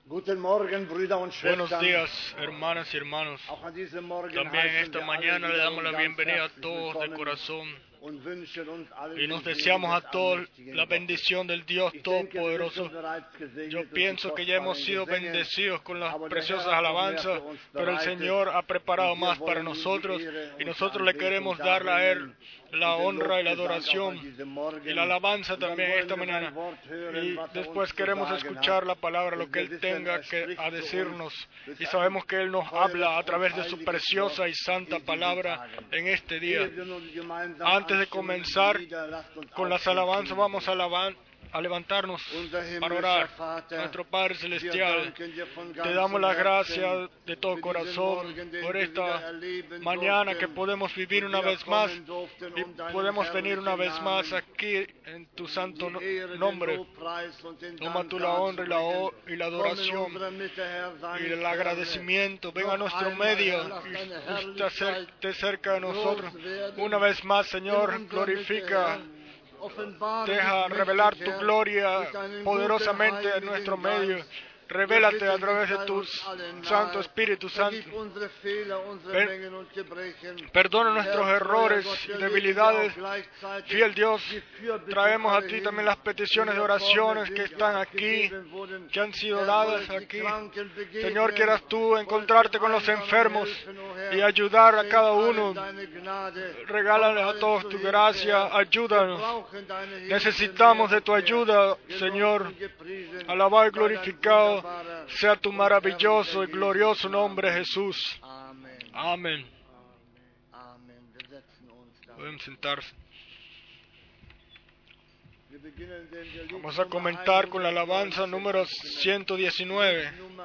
Guten Morgen, Brüder und Buenos Schwestern. días, hermanas y hermanos. Auch an diesem Morgen También heißen esta wir mañana alle le wieder damos la ganz bienvenida a herzlich todos de willkommen corazón und wünschen uns allen y nos den Segen deseamos a des todos allmächtigen la Gottes. bendición del Dios Ich denke, wir sind Todopoderoso. schon bereits Yo gesegnet durch die pienso que ya hemos kostbaren sido Gesänge, bendecidos con las aber der Herr preciosas hat noch mehr alabanzas, für uns pero el bereitet Señor ha preparado und wir más para wollen ihm die nosotros Ehre y und die nosotros le Anbetung queremos darle a Él darbringen la und den honra y la Lobgesang auch an adoración diesem y Morgen. la alabanza Und dann también wollen esta wir mañana. sein Wort hören, Y was después uns zu queremos sagen escuchar hat. la palabra, lo Denn que wir Él wissen, tenga spricht a zu uns decirnos. durch Y ein sabemos que Él nos habla a través de su heiliges preciosa y Wort santa in diesen palabra Tagen. en este día. Ehe wir nun gemeinsam Antes de anstimmen, comenzar Lieder, lasst uns con las aufstehen alabanzas, zum vamos Gebet. a levantarnos Unser para himmlischer orar. Vater, Nuestro Padre wir Celestial, danken dir von te damos ganzem las Herzen gracias de todo für diesen corazón Morgen, den por wir wieder esta erleben mañana que durften podemos vivir und una wieder vez más kommen durften, y deinen podemos venir una herrlichen vez más Namen aquí en tu santo die Ehre, den nombre. Lobpreis und den Toma Dank tú la honra darzubringen. y la Komm in adoración unsere Mitte, Herr, sei y nicht el ferne. agradecimiento. Ven a Noch nuestro einmal, medio Herr, lass deine y Herrlichkeit esté cerca de nosotros. groß werden Una vez más, in Señor, unserer Mitte, glorifica. Herr. Offenbare Deja dich revelar mächtig, tu Herr, gloria durch deinen poderosamente guten, en nuestro heiligen medio. Geist. Wir Revélate a bitten dich, través de sei tu uns allen Santo nahe. Espíritu Santo. Vergib unsere Fehler, unsere Ven, Mängen und Gebrechen. Perdona nuestros Herr, treuer errores Gott, y wir legen dir debilidades. auch gleichzeitig Fiel Dios, die Fürbitten traemos a alle ti hin, también las die peticiones de hier vorne oraciones que sind, están aquí, gegeben wurden. que han sido Herr, dadas wollen die aquí. Kranken begegnen, Señor, quieras tú wollen encontrarte den con los Einsamen enfermos helfen, oh Herr. y ayudar a Schenk cada allen uno. deine Gnade. Regálales Komm a allen todos zu tu Hilfe, gracia, Herr. ayúdanos. Wir brauchen deine Hilfe Necesitamos mehr de tu und mehr. ayuda, Gelobt Señor. und gepriesen Alabado y sei dein glorificado wunderbarer sea tu und maravilloso y herrlicher glorioso Jesus' nombre, Namen. Jesús. Amen. Amén. Amen. Wir setzen uns da. Pueden sentarse. Wir beginnen den Lied Vamos a Nummer comentar con la alabanza 119. número 119. Nummer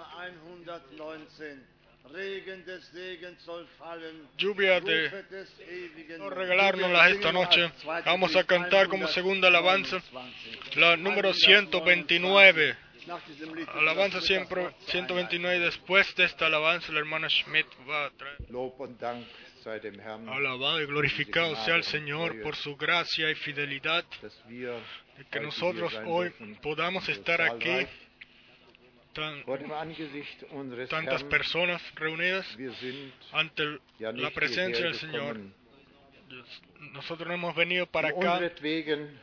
119. Regen des Segens soll fallen. Lluvia de Rufet des ewigen. no regalárnoslas esta noche. Vamos a cantar como segunda alabanza la número 129. Nach diesem Lied Alabanza siempre 129. Después de esta alabanza, la hermana Schmidt va a traer. Lob und Dank sei dem Herrn, Alabado y glorificado sea el Señor por su gracia y fidelidad, dass wir de que heute nosotros hier sein hoy dürfen, podamos so estar aquí, zahlreich tan, vor dem Angesicht unseres tantas Herrn. personas reunidas Wir sind ante ja la nicht presencia hierher del Señor. gekommen, Nosotros no hemos venido para um acá unseretwegen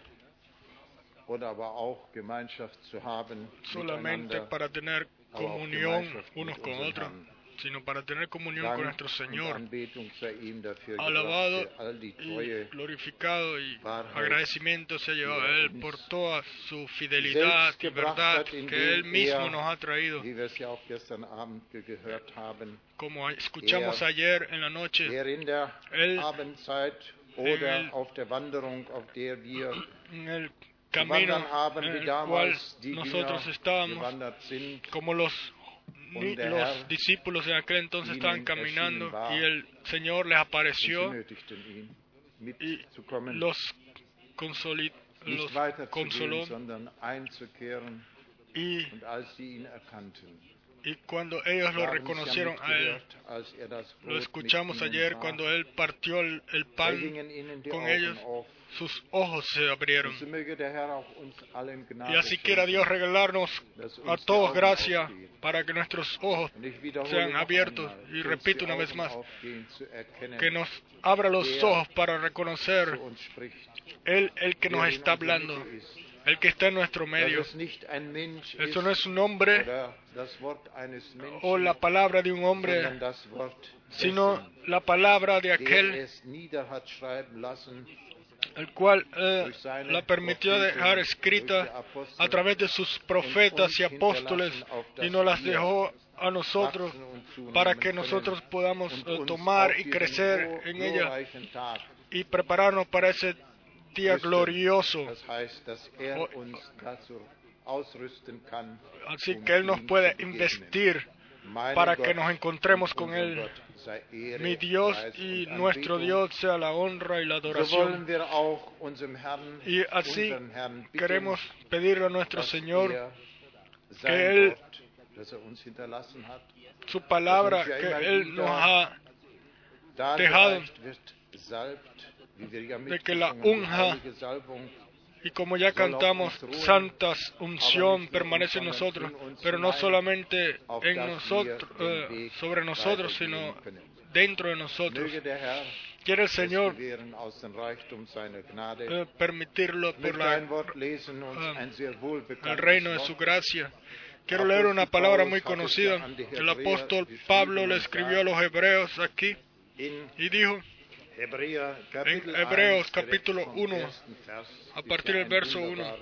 oder aber auch Gemeinschaft zu haben solamente miteinander, para tener aber auch comunión Gemeinschaft unos mit con unserem otros, Herrn. sino para tener comunión con Dank nuestro und Señor. Anbetung sei ihm dafür Alabado gebracht, für all die y Treue, glorificado y Wahrheit, agradecimiento se ha llevado a die er Él uns por toda su fidelidad selbst y gebracht verdad hat, que indem Él mismo er, nos ha traído. wie wir es ja auch gestern Abend gehört haben, Como escuchamos ayer en la noche, der in der Él Abendzeit el- oder auf der Wanderung, auf der wir en el zu camino wandern haben, en wie el cual damals die nosotros Jünger estábamos, gewandert sind, como los Und der los Herr discípulos en aquel entonces estaban ihnen caminando erschienen war, y el Señor les und sie apareció nötigten ihn, y mitzukommen, los consoló nicht weiterzugehen, sondern einzukehren. Und als sie ihn erkannten, y cuando ellos lo haben sie reconocieron a Él, mitgehört, als das lo Brot escuchamos mit ihnen ayer brach, cuando Él partió el da pan gingen ihnen die con Augen ellos, auf. sus ojos se abrieron. Und so möge der Herr auch uns allen Y Gnade así quiera schenken, Dios regalarnos dass a uns die todos Augen gracia aufgehen. para que nuestros ojos Und ich wiederhole sean noch abiertos. einmal, Y dass repito die una vez Augen más, aufgehen, zu erkennen, que nos abra los ojos para reconocer zu uns spricht, Él, el que nos wer in está unserer hablando, Mitte ist. el que está en nuestro Dass medio. es nicht ein Mensch Eso ist no es un hombre oder das Wort eines Menschen, o la palabra de un hombre, sondern das Wort sino dessen, la palabra de der aquel es nieder hat schreiben lassen, el cual durch seine la permitió Propheten, dejar durch escrita die Apostel, a través de sus profetas y und uns apóstoles hinterlassen, auf y dass nos las wir dejó a nosotros wachsen und zunehmen para que können nosotros podamos und uns tomar auf y diesen crecer en ella glorreichen Tag, y prepararnos para ese día rüsten. glorioso. Das heißt, dass uns dazu ausrüsten kann, Así que Él nos ihm puede zu begegnen. investir Mein para Gott que nos encontremos und con unser Él. Gott sei Ehre, Mi Dios Preis y und nuestro Anbetung. Dios sea la honra y la So adoración. wollen wir auch unserem Herrn, Y así unseren Herrn bitten, queremos pedirle a nuestro dass Señor sein Él- Wort, das uns hinterlassen hat, su palabra dass uns ja immer que Él wieder nos ha dargereicht dejado, wird, salbt, wie wir ja de que la mitgesungen haben, die unja heilige Salbung Y como ya cantamos, santa unción permanece en nosotros, pero no solamente en nosotros, sobre nosotros, sino dentro de nosotros. Quiere el Señor permitirlo por el reino de su gracia. Quiero leer una palabra muy conocida. El apóstol Pablo le escribió a los hebreos aquí y dijo, en Hebreos capítulo 1, a partir del verso 1,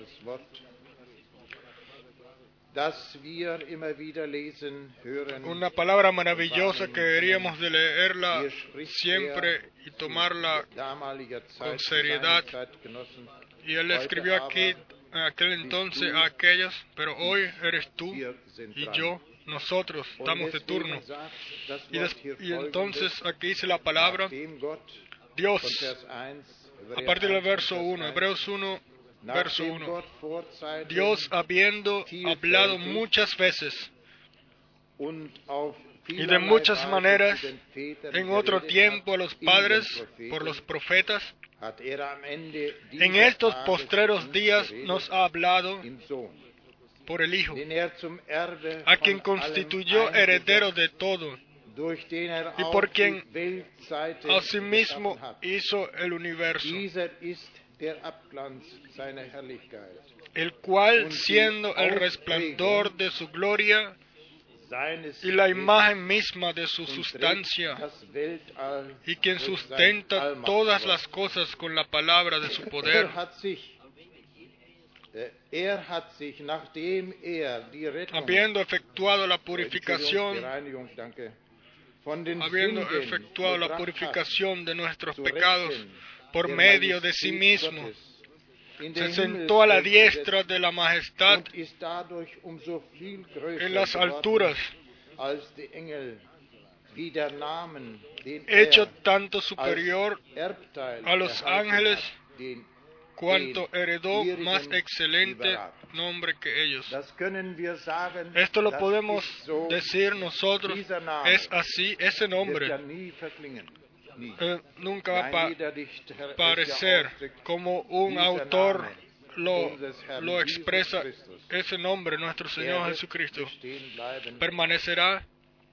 una palabra maravillosa que deberíamos de leerla siempre y tomarla con seriedad. Y él escribió aquí en aquel entonces a aquellos, pero hoy eres tú y yo, nosotros, estamos de turno. Y entonces aquí dice la palabra, Dios, a partir del verso 1, Hebreos 1, verso 1, Dios habiendo hablado muchas veces y de muchas maneras en otro tiempo a los padres por los profetas, en estos postreros días nos ha hablado por el Hijo, a quien constituyó heredero de todo y por quien asimismo hizo el universo, el cual, siendo el resplandor de su gloria y la imagen misma de su sustancia, y quien sustenta todas las cosas con la palabra de su poder, habiendo efectuado la purificación de nuestros pecados por medio de sí mismo, se sentó a la diestra de la majestad en las alturas, hecho tanto superior a los ángeles cuanto heredó más excelente nombre que ellos. Esto lo podemos decir nosotros, es así, ese nombre nunca va a parecer como un autor lo expresa. Ese nombre, nuestro Señor Jesucristo, permanecerá.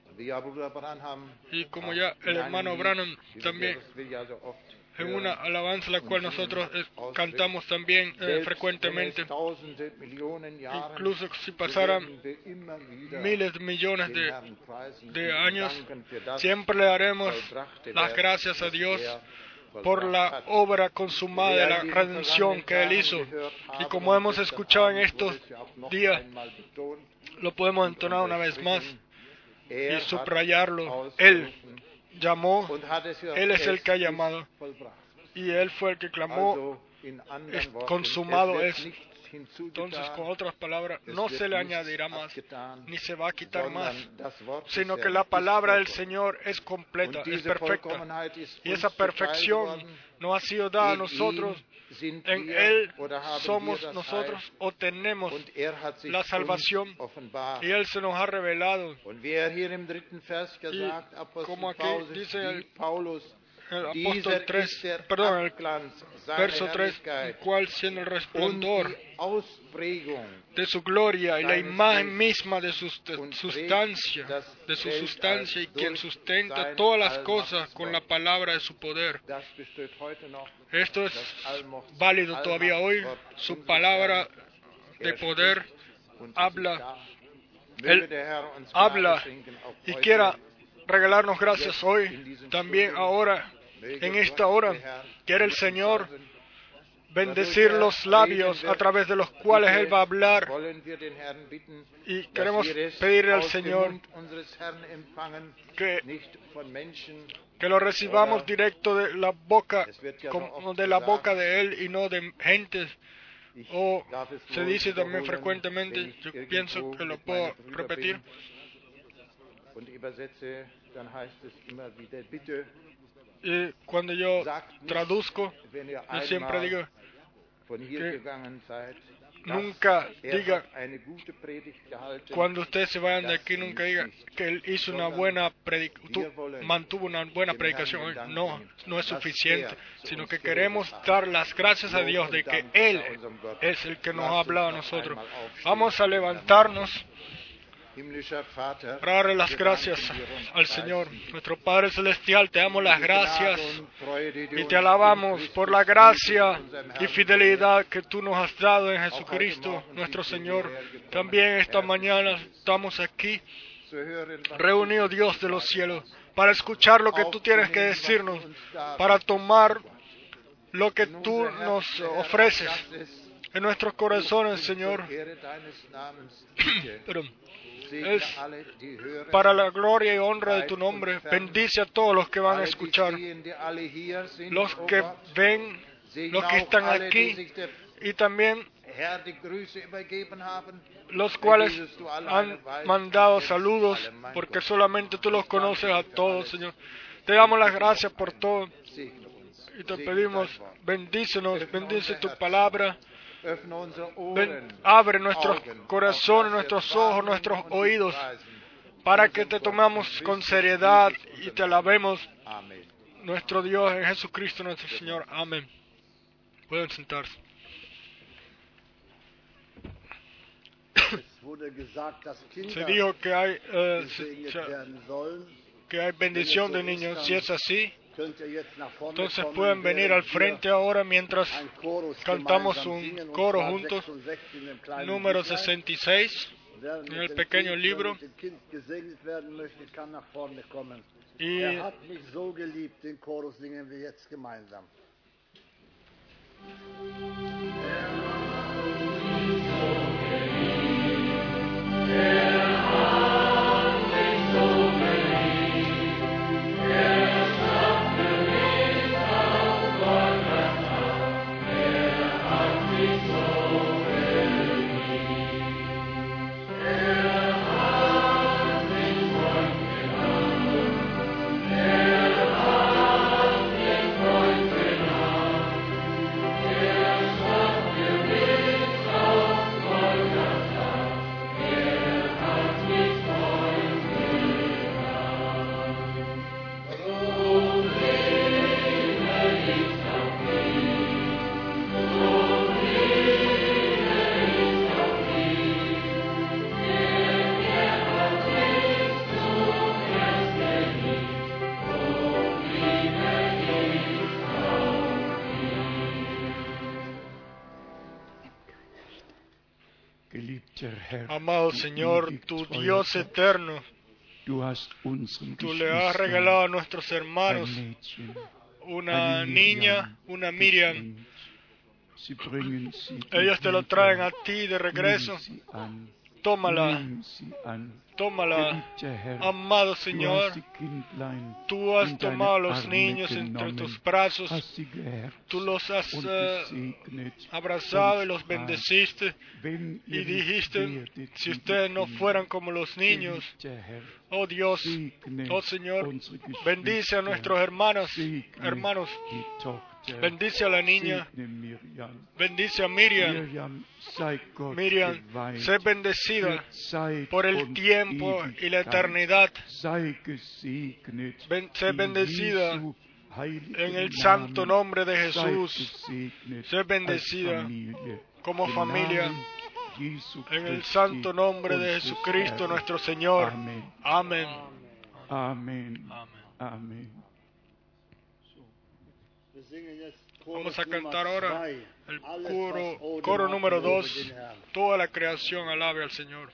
Y como ya el hermano Branham también, en una alabanza la cual nosotros cantamos también frecuentemente, incluso si pasaran miles de millones de años, siempre le daremos las gracias a Dios por la obra consumada de la redención que Él hizo. Y como hemos escuchado en estos días, lo podemos entonar una vez más y subrayarlo. Él llamó, Él es el que ha llamado, y Él fue el que clamó, consumado es. Entonces, con otras palabras, no se le añadirá más, ni se va a quitar más, sino que la palabra del Señor es completa, es perfecta, y esa perfección no ha sido dada a nosotros. En Él somos nosotros o tenemos la salvación, y Él se nos ha revelado. Y como aquí dice el apóstol 3, perdón, el verso 3, el cual siendo el resplandor de su gloria y la imagen misma de su sustancia, y quien sustenta todas las cosas con la palabra de su poder. Esto es válido todavía hoy. Su palabra de poder habla. Él habla y quiera regalarnos gracias hoy, también ahora, en esta hora. Quiere el Señor bendecir los labios a través de los cuales Él va a hablar, y queremos pedirle al Señor que lo recibamos directo de la boca, de Él y no de gentes. O se dice también frecuentemente, yo pienso que lo puedo repetir, y cuando yo traduzco, yo siempre digo Nunca diga, cuando ustedes se vayan de aquí, nunca diga que él hizo una buena mantuvo una buena predicación. No, no es suficiente, sino que queremos dar las gracias a Dios de que Él es el que nos ha hablado a nosotros. Vamos a levantarnos para darle las gracias al Señor. Nuestro Padre Celestial, te damos las gracias y te alabamos por la gracia y fidelidad que tú nos has dado en Jesucristo, nuestro Señor. También esta mañana estamos aquí, reunidos, Dios de los cielos, para escuchar lo que tú tienes que decirnos, para tomar lo que tú nos ofreces en nuestros corazones, Señor. Es para la gloria y honra de tu nombre. Bendice a todos los que van a escuchar, los que ven, los que están aquí, y también los cuales han mandado saludos, porque solamente tú los conoces a todos, Señor. Te damos las gracias por todo y te pedimos, bendícenos, bendice tu palabra. Abre nuestros corazones, nuestros ojos, nuestros oídos, para que te tomemos con seriedad y te alabemos, nuestro Dios, en Jesucristo nuestro Señor. Amén. Pueden sentarse. Se dijo que hay bendición de niños. Si es así, entonces pueden venir al frente ahora mientras cantamos un coro juntos, número 66, en el pequeño libro. Y amado Señor, tu Dios eterno, tú le has regalado a nuestros hermanos una niña, una Miriam. Ellos te lo traen a ti de regreso. Tómala, amado Señor. Tú has tomado a los niños entre tus brazos. Tú los has abrazado y los bendeciste. Y dijiste, si ustedes no fueran como los niños, oh Dios, oh Señor, bendice a nuestros hermanos. Bendice a la niña, bendice a Miriam. Miriam, sé bendecida por el tiempo y la eternidad. Sé bendecida en el santo nombre de Jesús. Sé bendecida como familia en el santo nombre de Jesucristo nuestro Señor. Amén. Amén. Amén. Vamos a cantar ahora el coro número 2. Toda la creación alabe al Señor.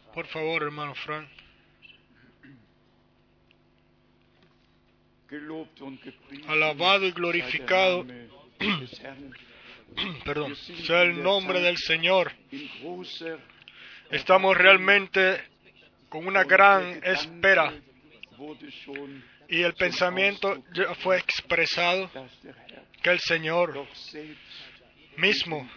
Por favor, hermano Frank. Alabado y glorificado perdón, sea el nombre del Señor. Estamos realmente con una gran espera y el pensamiento ya fue expresado que el Señor mismo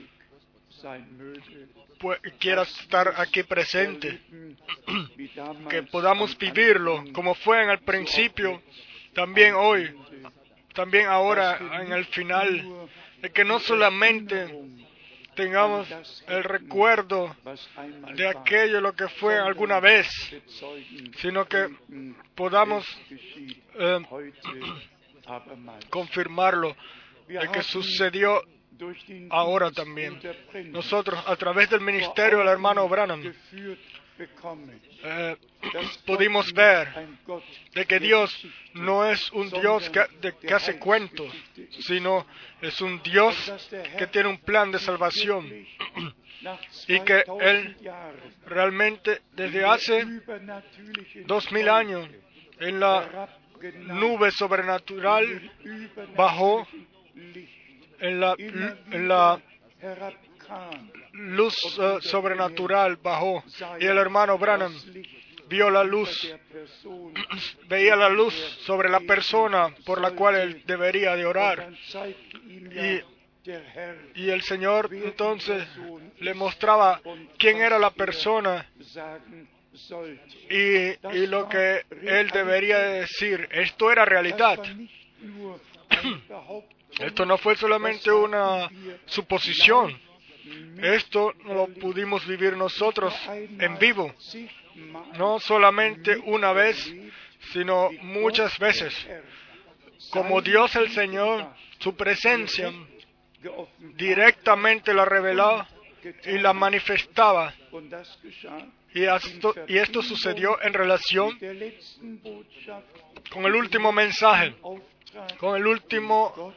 quiera estar aquí presente, que podamos vivirlo como fue en el principio, también hoy, también ahora en el final, de que no solamente tengamos el recuerdo de aquello lo que fue alguna vez, sino que podamos confirmarlo, de que sucedió ahora también. Nosotros, a través del ministerio del hermano Branham, pudimos ver de que Dios no es un Dios que hace cuentos, sino es un Dios que tiene un plan de salvación y que Él realmente desde hace 2000 años en la nube sobrenatural bajó, en la luz sobrenatural bajó, y el hermano Branham vio la luz, veía la luz sobre la persona por la cual él debería de orar, y el Señor entonces le mostraba quién era la persona y lo que él debería decir. Esto era realidad. Esto no fue solamente una suposición. Esto lo pudimos vivir nosotros en vivo. No solamente una vez, sino muchas veces. Como Dios el Señor, su presencia directamente la revelaba y la manifestaba. Y esto sucedió en relación con el último mensaje, con el último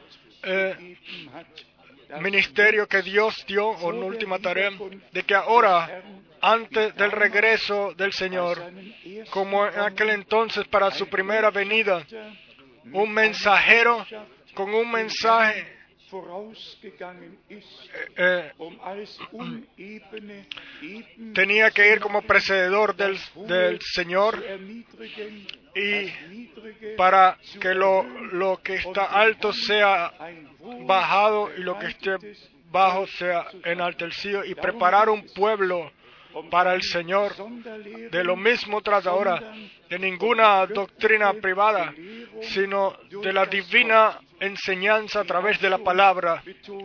ministerio que Dios dio, o una última tarea, de que ahora, antes del regreso del Señor, como en aquel entonces para su primera venida, un mensajero con un mensaje tenía que ir como precededor del Señor, y para que lo que está alto sea bajado y lo que esté bajo sea enaltecido, y preparar un pueblo para el Señor. De lo mismo trata ahora, de ninguna doctrina privada, sino de la divina enseñanza a través de la palabra.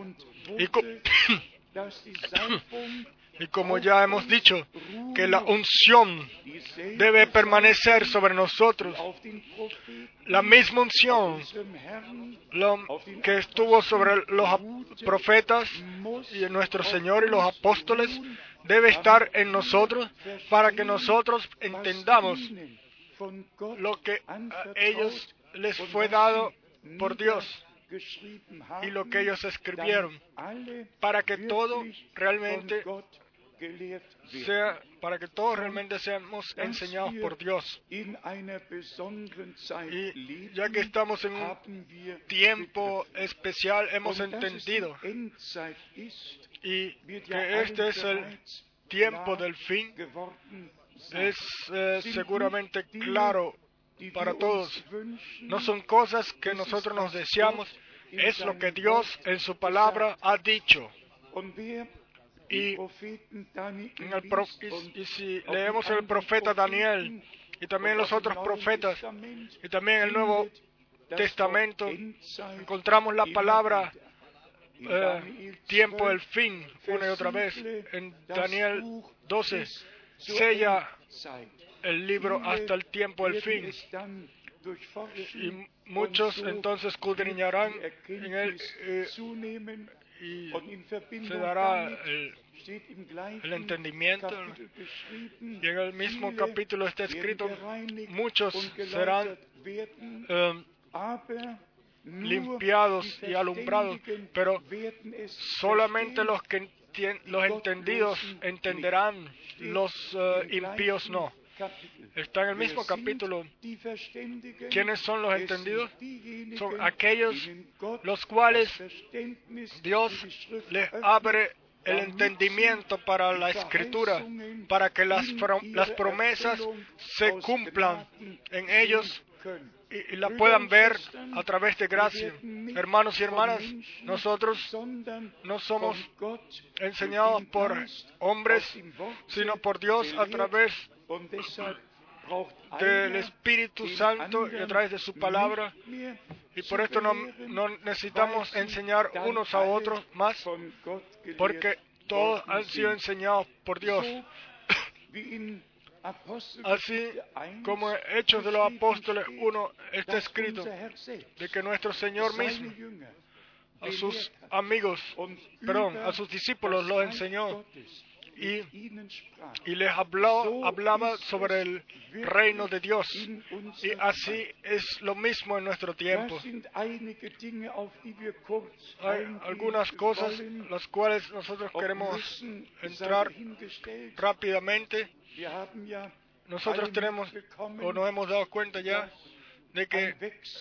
Y como ya hemos dicho, que la unción debe permanecer sobre nosotros. La misma unción que estuvo sobre los profetas y nuestro Señor y los apóstoles debe estar en nosotros, para que nosotros entendamos lo que a ellos les fue dado por Dios y lo que ellos escribieron, para que todo realmente seamos enseñados por Dios. Y ya que estamos en un tiempo especial, hemos entendido y que este es el tiempo del fin. Es seguramente claro para todos. No son cosas que nosotros nos deseamos, es lo que Dios en su palabra ha dicho. Y si leemos el profeta Daniel y también los otros profetas y también el Nuevo Testamento, encontramos la palabra tiempo del fin una y otra vez. En Daniel 12, sella el libro hasta el tiempo del fin. Y muchos entonces escudriñarán en él y se dará el entendimiento. Y en el mismo capítulo está escrito, muchos serán limpiados y alumbrados, pero solamente los que los entendidos entenderán, los impíos no. Está en el mismo capítulo. ¿Quiénes son los entendidos? Son aquellos los cuales Dios les abre el entendimiento para la Escritura, para que las promesas se cumplan en ellos y la puedan ver a través de gracia. Hermanos y hermanas, nosotros no somos enseñados por hombres, sino por Dios a través del Espíritu Santo y a través de su palabra. Y por esto no necesitamos enseñar unos a otros más, porque todos han sido enseñados por Dios. Así como en Hechos de los Apóstoles 1 está escrito de que nuestro Señor mismo a sus a sus discípulos los enseñó y les hablaba sobre el reino de Dios. Y así es lo mismo en nuestro tiempo. Hay algunas cosas las cuales nosotros queremos entrar rápidamente. Nosotros tenemos, o nos hemos dado cuenta ya, de que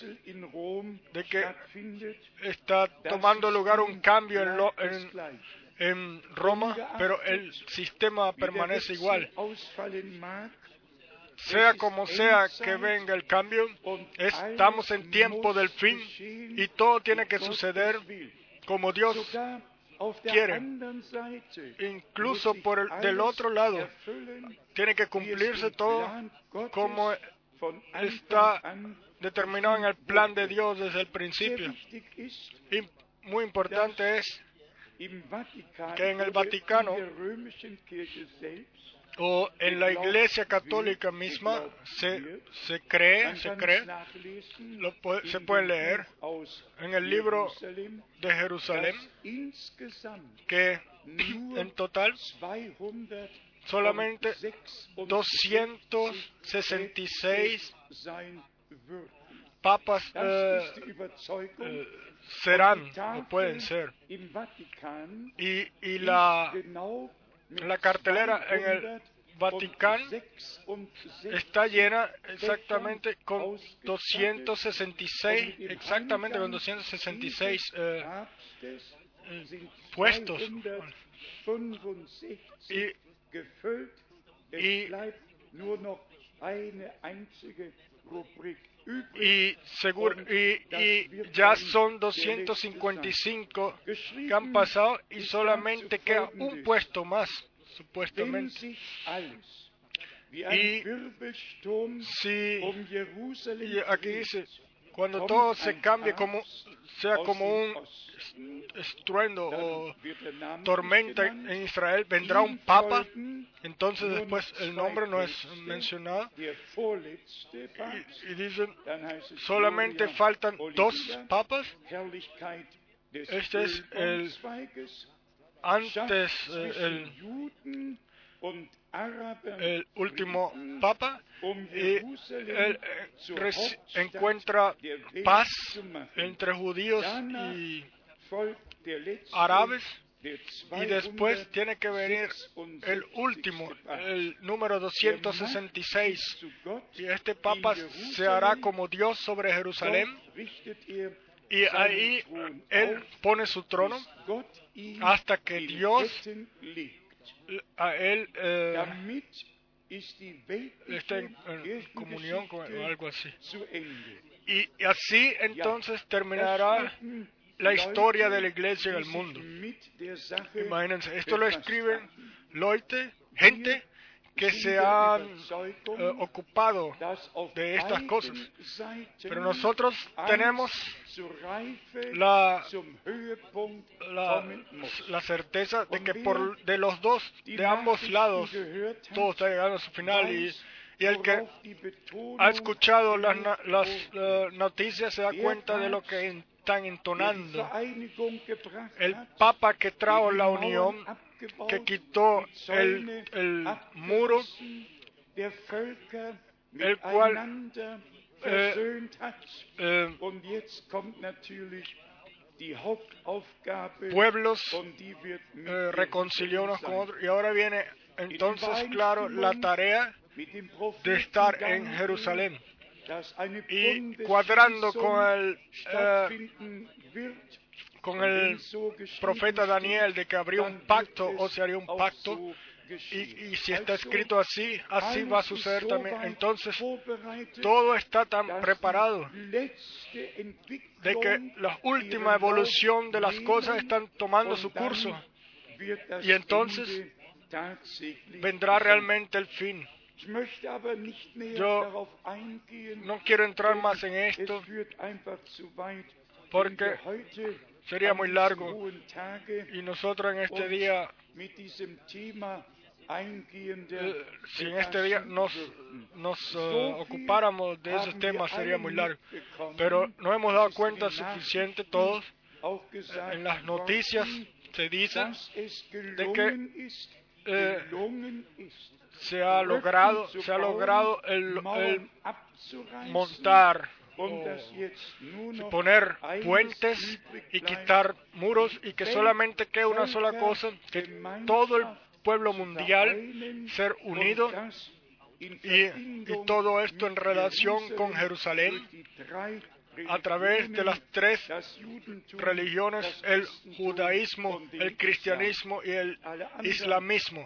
está tomando lugar un cambio en Roma, pero el sistema permanece igual. Sea como sea que venga el cambio, estamos en tiempo del fin y todo tiene que suceder como Dios quiere. Incluso del otro lado, tiene que cumplirse todo como está determinado en el plan de Dios desde el principio. Y muy importante es que en el Vaticano o en la Iglesia Católica misma se cree, se puede leer en el libro de Jerusalén que en total solamente 266 papas serán o pueden ser. Y la cartelera en el Vaticano está llena exactamente con 266, exactamente con 266 puestos. Y ya son 255 que han pasado y solamente queda un puesto más, supuestamente. Y aquí dice, cuando todo se cambie, sea como un estruendo o tormenta en Israel, vendrá un papa. Entonces después el nombre no es mencionado. Y dicen, solamente faltan 2 papas. Este es el último papa, y él encuentra paz entre judíos y árabes, y después tiene que venir el último, el número 266, y este papa se hará como Dios sobre Jerusalén, y ahí él pone su trono hasta que Dios a él está en comunión con algo así. Y así entonces terminará la historia de la iglesia en el mundo. Imagínense, esto lo escriben gente que se han ocupado de estas cosas. Pero nosotros tenemos la certeza de que de los dos, de ambos lados, todo está llegando a su final, y el que ha escuchado las noticias se da cuenta de lo que están entonando. El Papa que trajo la unión, que quitó el muro, el cual pueblos, reconcilió unos con otros, y ahora viene entonces, claro, la tarea de estar en Jerusalén y cuadrando con el profeta Daniel de que habría un pacto o se haría un pacto, y si está escrito así, así va a suceder también. Entonces todo está tan preparado de que la última evolución de las cosas están tomando su curso, y entonces vendrá realmente el fin. Yo no quiero entrar más en esto porque sería muy largo, y nosotros en este día, si en este día nos ocupáramos de esos temas, sería muy largo. Pero nos hemos dado cuenta suficiente todos, en las noticias se dice de que se ha logrado el montar o poner puentes y quitar muros, y que solamente quede una sola cosa, que todo el pueblo mundial ser unido, y todo esto en relación con Jerusalén a través de las tres religiones, el judaísmo, el cristianismo y el islamismo.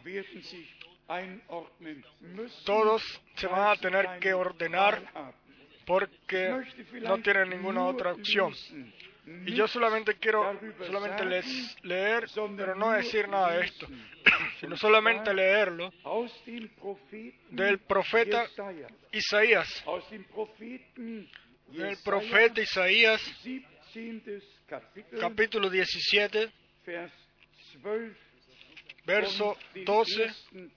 Todos se van a tener que ordenar porque no tienen ninguna otra opción. Y yo solamente quiero leer, pero no decir nada de esto, sino solamente leerlo del profeta Isaías. El profeta Isaías, capítulo 17, verso 12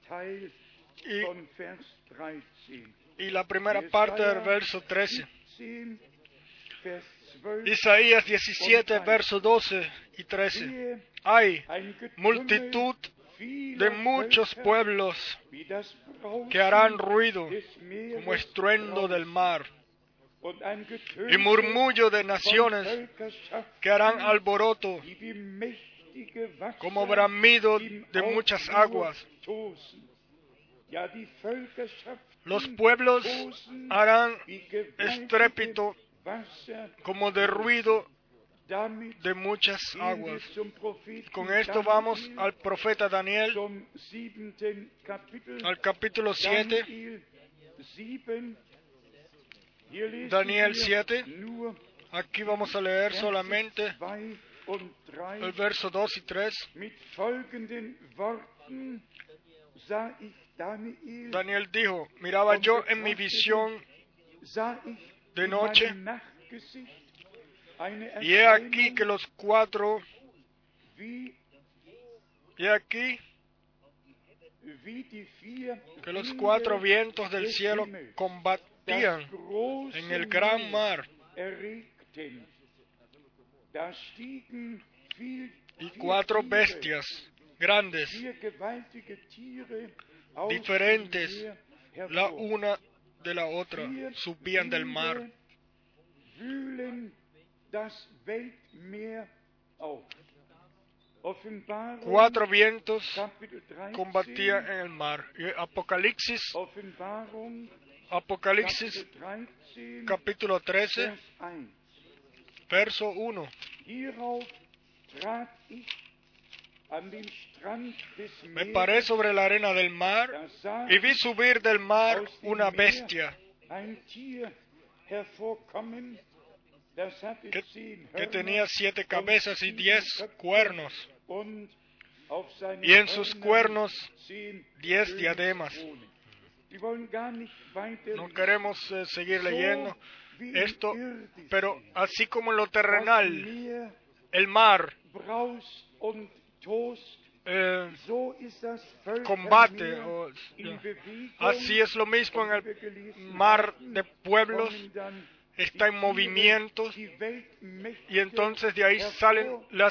y la primera parte del verso 13. Isaías 17, verso 12 y 13. Hay multitud de muchos pueblos que harán ruido como estruendo del mar, y murmullo de naciones que harán alboroto como bramido de muchas aguas. Los pueblos harán estrépito como de ruido de muchas aguas. Con esto vamos al profeta Daniel, al capítulo 7. Daniel 7. Aquí vamos a leer solamente el verso 2 y 3. Daniel dijo: miraba yo en mi visión de noche, y he aquí que los cuatro vientos del cielo combatían en el gran mar, y cuatro bestias grandes, diferentes la una de la otra, subían del mar. Cuatro vientos combatían en el mar. Y Apocalipsis capítulo 13, verso 1. Me paré sobre la arena del mar y vi subir del mar una bestia que tenía 7 cabezas y 10 cuernos, y en sus cuernos 10 diademas. No queremos seguir leyendo esto, pero así como en lo terrenal, el mar combate, así es lo mismo en el mar de pueblos, está en movimiento, y entonces de ahí salen los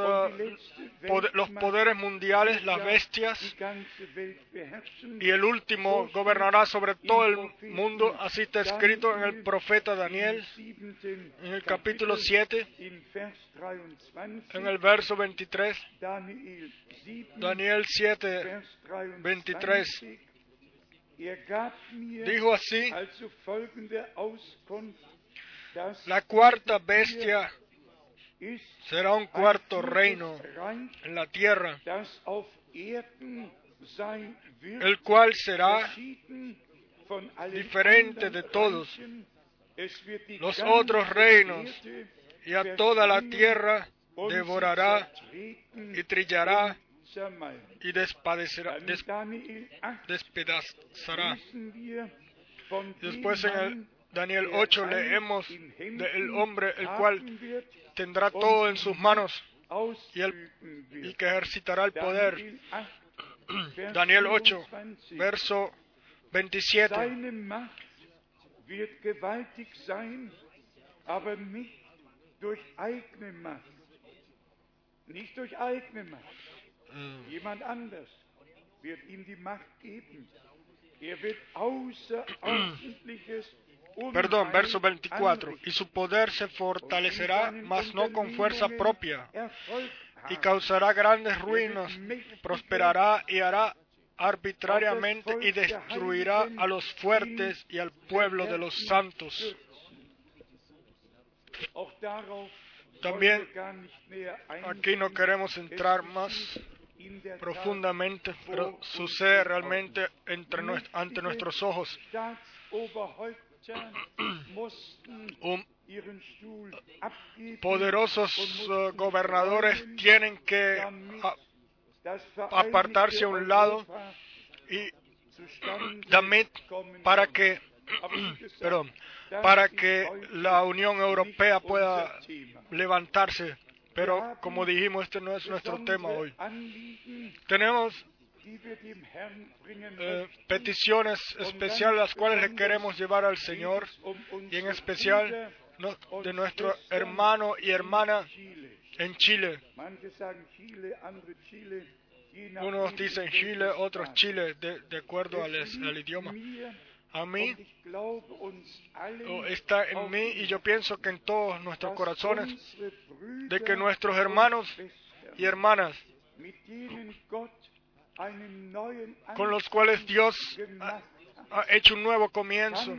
poderes mundiales, las bestias, y el último gobernará sobre todo el mundo. Así está escrito en el profeta Daniel, en el capítulo 7, en el verso 23. Daniel 7, 23. Dijo así: la cuarta bestia será un cuarto reino en la tierra, el cual será diferente de todos los otros reinos, y a toda la tierra devorará y trillará y despedazará. Después en el Daniel 8 leemos del hombre el cual tendrá todo en sus manos y que ejercitará el poder. Daniel 8, verso 27. Jemand anders wird ihm die Macht geben. Wird Perdón, verso 24. Y su poder se fortalecerá, mas no con fuerza propia, y causará grandes ruinas, prosperará y hará arbitrariamente y destruirá a los fuertes y al pueblo de los santos. También aquí no queremos entrar más profundamente, pero sucede realmente ante nuestros ojos. Poderosos gobernadores tienen que apartarse a un lado y también para que la Unión Europea pueda levantarse. Pero como dijimos, este no es nuestro tema hoy. Tenemos peticiones especiales las cuales le queremos llevar al Señor, y en especial de nuestro hermano y hermana en Chile. Unos dicen Chile, otros Chile, de acuerdo al idioma. A mí, está en mí, y yo pienso que en todos nuestros corazones, de que nuestros hermanos y hermanas, con los cuales Dios ha hecho un nuevo comienzo,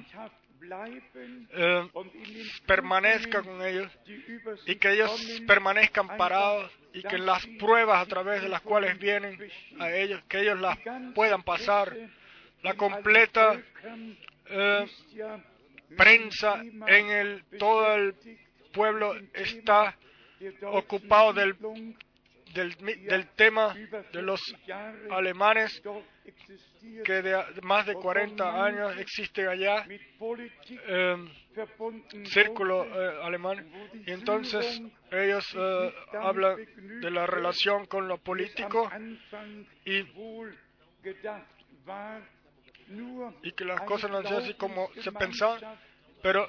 permanezca con ellos, y que ellos permanezcan parados, y que las pruebas a través de las cuales vienen a ellos, que ellos las puedan pasar. La completa prensa en todo el pueblo está ocupado del tema de los alemanes, que de más de 40 años existe allá, círculo alemán, y entonces ellos hablan de la relación con lo político y que las cosas no son así como se pensaba, pero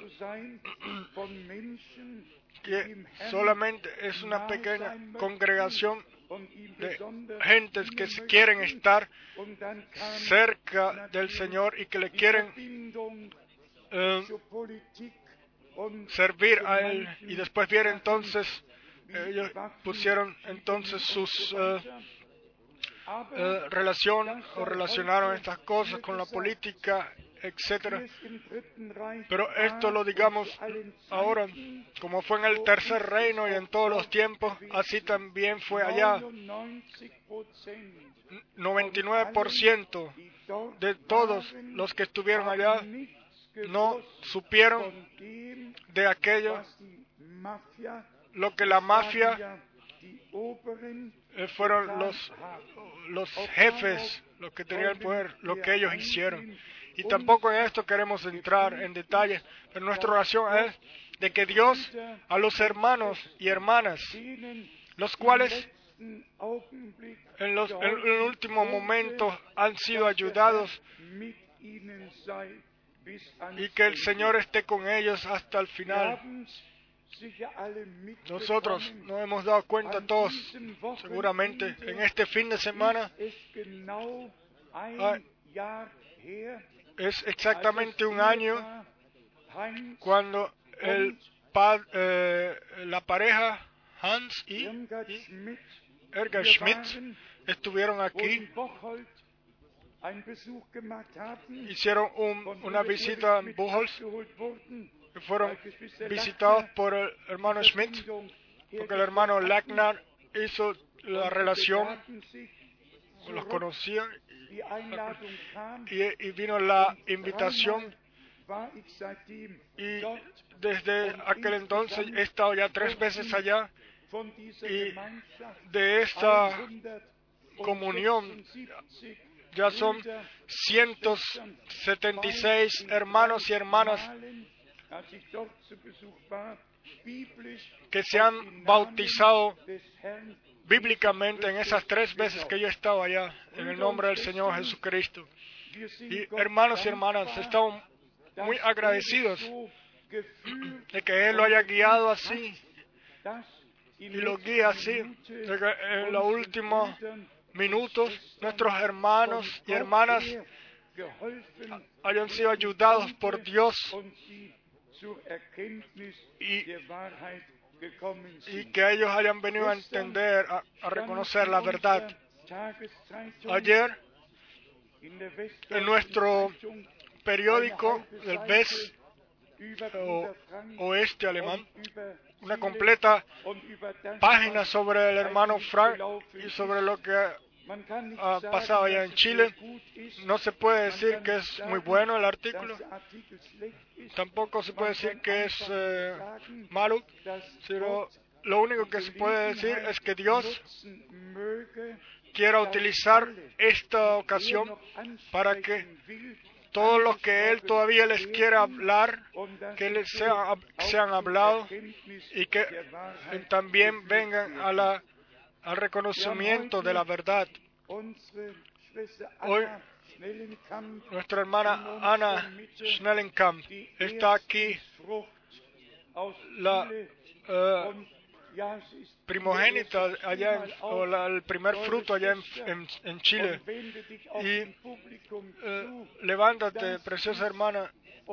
que solamente es una pequeña congregación de gentes que quieren estar cerca del Señor y que le quieren servir a Él. Y después viene entonces, ellos pusieron entonces sus relacionaron estas cosas con la política, etcétera. Pero esto lo digamos ahora, como fue en el tercer reino y en todos los tiempos, así también fue allá. 99% de todos los que estuvieron allá no supieron de aquello, lo que la mafia fueron los jefes, los que tenían el poder, lo que ellos hicieron. Y tampoco en esto queremos entrar en detalles, pero nuestra oración es de que Dios a los hermanos y hermanas, los cuales en el último momento han sido ayudados, y que el Señor esté con ellos hasta el final. Nosotros nos hemos dado cuenta todos, seguramente, en este fin de semana, es exactamente un año cuando la pareja Hans y Edgar Schmidt estuvieron aquí, hicieron una visita en Buchholz, y fueron visitados por el hermano Schmidt, porque el hermano Lackner hizo la relación, los conocía, y vino la invitación, y desde aquel entonces he estado ya 3 veces allá, y de esta comunión ya son 176 hermanos y hermanas que se han bautizado bíblicamente en esas 3 veces que yo he estado allá, en el nombre del Señor Jesucristo. Y hermanos y hermanas, estamos muy agradecidos de que Él lo haya guiado así, y lo guía así, de que en los últimos minutos nuestros hermanos y hermanas hayan sido ayudados por Dios y que ellos hayan venido a entender, a reconocer la verdad. Ayer, en nuestro periódico, el West Oeste alemán, una completa página sobre el hermano Frank y sobre lo que ha pasado allá en Chile. No se puede decir que es muy bueno el artículo, tampoco se puede decir que es malo, sino lo único que se puede decir es que Dios quiera utilizar esta ocasión para que todos los que Él todavía les quiera hablar, que les sean hablados, y que también vengan al reconocimiento de la verdad. Hoy nuestra hermana Anna Schnellenkamp está aquí, la primogénita allá, el primer fruto allá en Chile. Y levántate, preciosa hermana.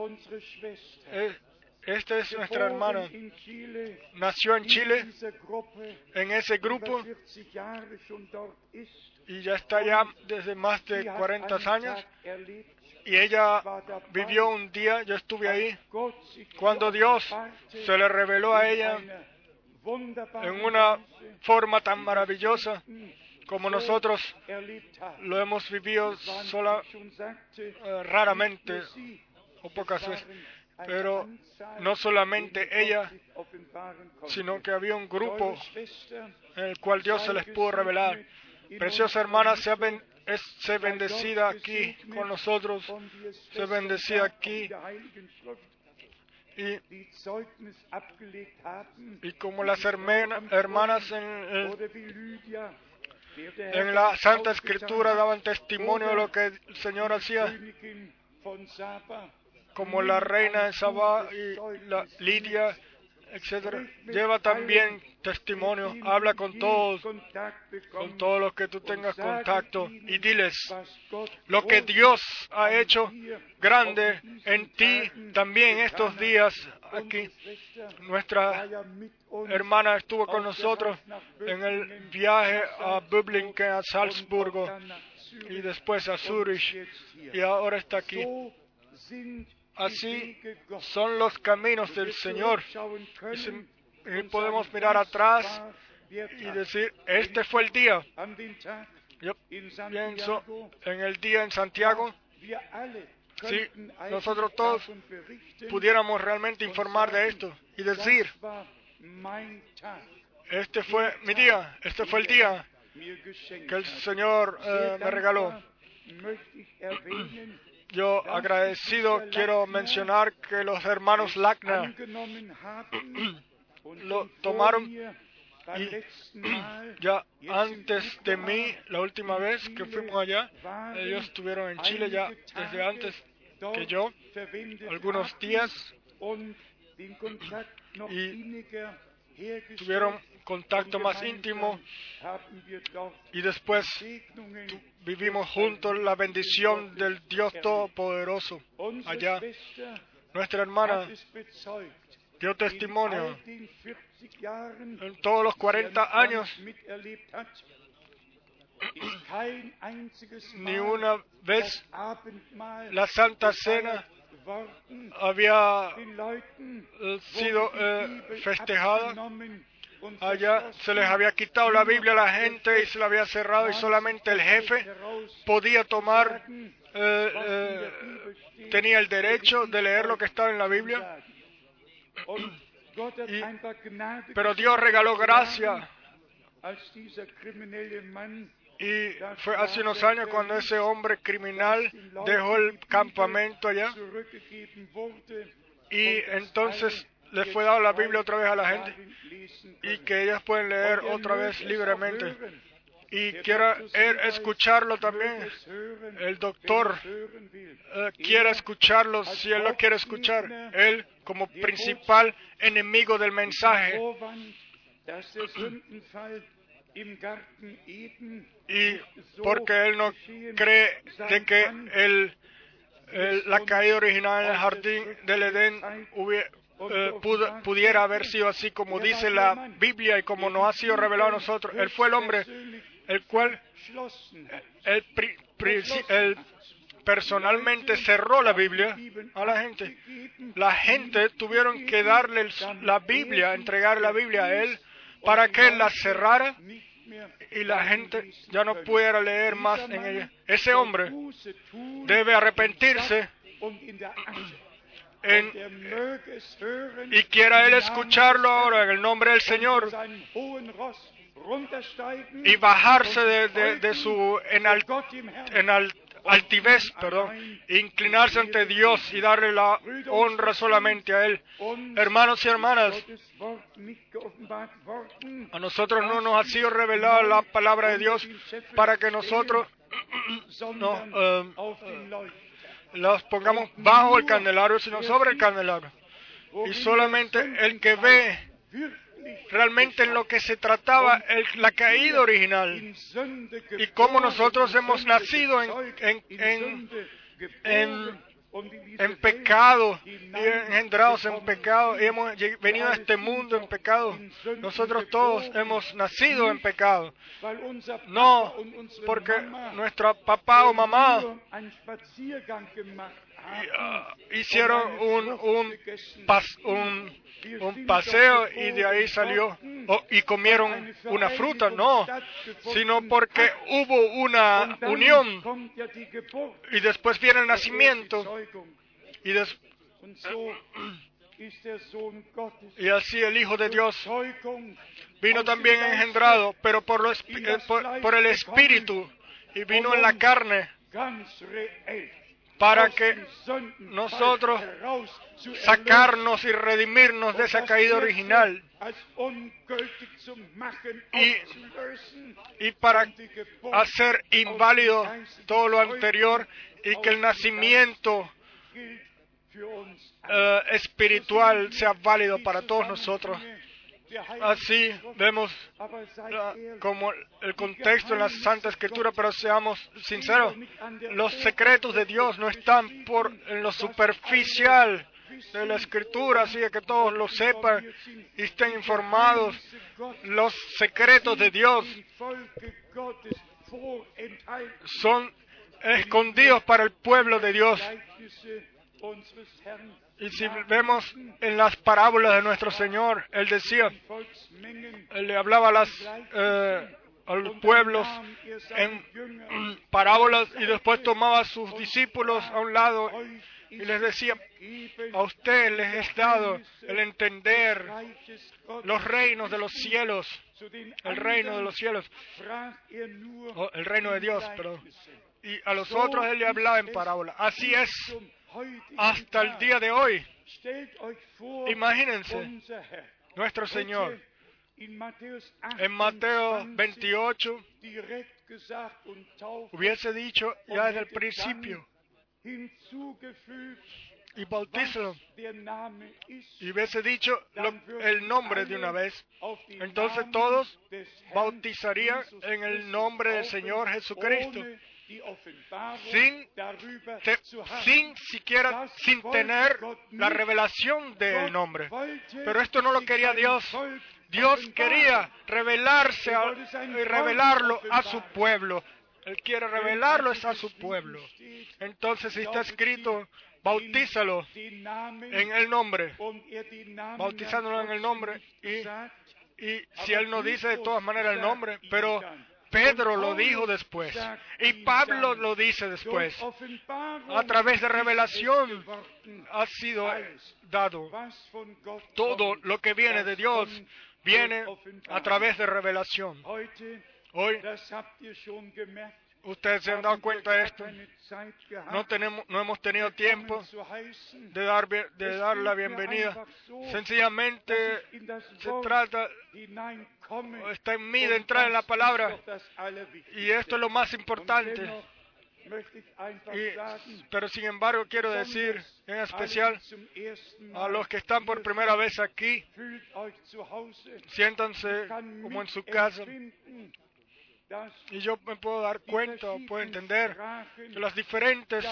Esta es nuestra hermana. Nació en Chile, en ese grupo, y ya está allá desde más de 40 años. Y ella vivió un día, yo estuve ahí, cuando Dios se le reveló a ella en una forma tan maravillosa como nosotros lo hemos vivido raramente o pocas veces. Pero no solamente ella, sino que había un grupo en el cual Dios se les pudo revelar. Preciosa hermana, sea bendecida aquí con nosotros, sea bendecida aquí. Y como las hermanas en la Santa Escritura daban testimonio de lo que el Señor hacía, como la reina de Sabá y la Lidia, etc. Lleva también testimonio, habla con todos los que tú tengas contacto, y diles lo que Dios ha hecho grande en ti también estos días aquí. Nuestra hermana estuvo con nosotros en el viaje a Böblingen, a Salzburgo, y después a Zurich, y ahora está aquí. Así son los caminos del Señor. Y podemos mirar atrás y decir, este fue el día. Yo pienso en el día en Santiago. Si nosotros todos pudiéramos realmente informar de esto y decir, este fue mi día, este fue el día que el Señor me regaló. Yo, agradecido, quiero mencionar que los hermanos Lackner lo tomaron, y ya antes de mí, la última vez que fuimos allá, ellos estuvieron en Chile ya desde antes, que yo algunos días y tuvieron contacto más íntimo y después vivimos juntos la bendición del Dios Todopoderoso allá. Nuestra hermana dio testimonio en todos los 40 años. Ni una vez la Santa Cena había sido festejada. Allá se les había quitado la Biblia a la gente y se la había cerrado y solamente el jefe podía tomar, tenía el derecho de leer lo que estaba en la Biblia. Pero Dios regaló gracia. Y fue hace unos años cuando ese hombre criminal dejó el campamento allá. Y entonces le fue dado la Biblia otra vez a la gente. Y que ellas pueden leer otra vez libremente. Y quiero escucharlo también. El doctor quiere escucharlo si él lo quiere escuchar. Él como principal enemigo del mensaje. Y porque él no cree de que la caída original en el jardín del Edén pudiera haber sido así como dice la Biblia y como nos ha sido revelado a nosotros. Él fue el hombre el cual él personalmente cerró la Biblia a la gente. La gente tuvieron que darle la Biblia, entregar la Biblia a él para que él la cerrara y la gente ya no pudiera leer más en ella. Ese hombre debe arrepentirse y quiera él escucharlo ahora en el nombre del Señor y bajarse de su altivez, inclinarse ante Dios y darle la honra solamente a Él. Hermanos y hermanas, a nosotros no nos ha sido revelada la palabra de Dios para que nosotros las pongamos bajo el candelabro, sino sobre el candelabro. Y solamente el que ve realmente en lo que se trataba la caída original y cómo nosotros hemos nacido en pecado y engendrados en pecado y hemos venido a este mundo en pecado. Nosotros todos hemos nacido en pecado. No porque nuestro papá o mamá hicieron un paseo y de ahí salió y comieron una fruta, no, sino porque hubo una unión y después viene el nacimiento y así el Hijo de Dios vino también engendrado, pero por el Espíritu y vino en la carne para que nosotros sacarnos y redimirnos de esa caída original y para hacer inválido todo lo anterior y que el nacimiento espiritual sea válido para todos nosotros. Así vemos como el contexto en la Santa Escritura, pero seamos sinceros, los secretos de Dios no están en lo superficial de la Escritura, así que todos lo sepan y estén informados. Los secretos de Dios son escondidos para el pueblo de Los Y si vemos en las parábolas de nuestro Señor, Él decía, Él le hablaba a los pueblos en parábolas y después tomaba a sus discípulos a un lado y les decía, a ustedes les he dado el entender los reinos de los cielos, el reino de los cielos, el reino de Dios, perdón. Y a los otros Él le hablaba en parábola. Así es hasta el día de hoy. Imagínense, nuestro Señor en Mateo 28 hubiese dicho ya desde el principio, y bautízalo. Y hubiese dicho el nombre de una vez, entonces todos bautizarían en el nombre del Señor Jesucristo, sin tener la revelación del nombre. Pero esto no lo quería Dios. Dios quería revelarlo a su pueblo. Él quiere revelarlo a su pueblo. Entonces, si está escrito, bautízalo en el nombre, bautizándolo en el nombre, y si él no dice de todas maneras el nombre, pero Pedro lo dijo después, y Pablo lo dice después, a través de revelación ha sido dado. Todo lo que viene de Dios viene a través de revelación. Hoy, ustedes se han dado cuenta de esto. No hemos tenido tiempo de dar la bienvenida. Sencillamente está en mí de entrar en la palabra. Y esto es lo más importante. Pero sin embargo quiero decir en especial a los que están por primera vez aquí, siéntanse como en su casa. Y yo me puedo dar cuenta, puedo entender que las diferentes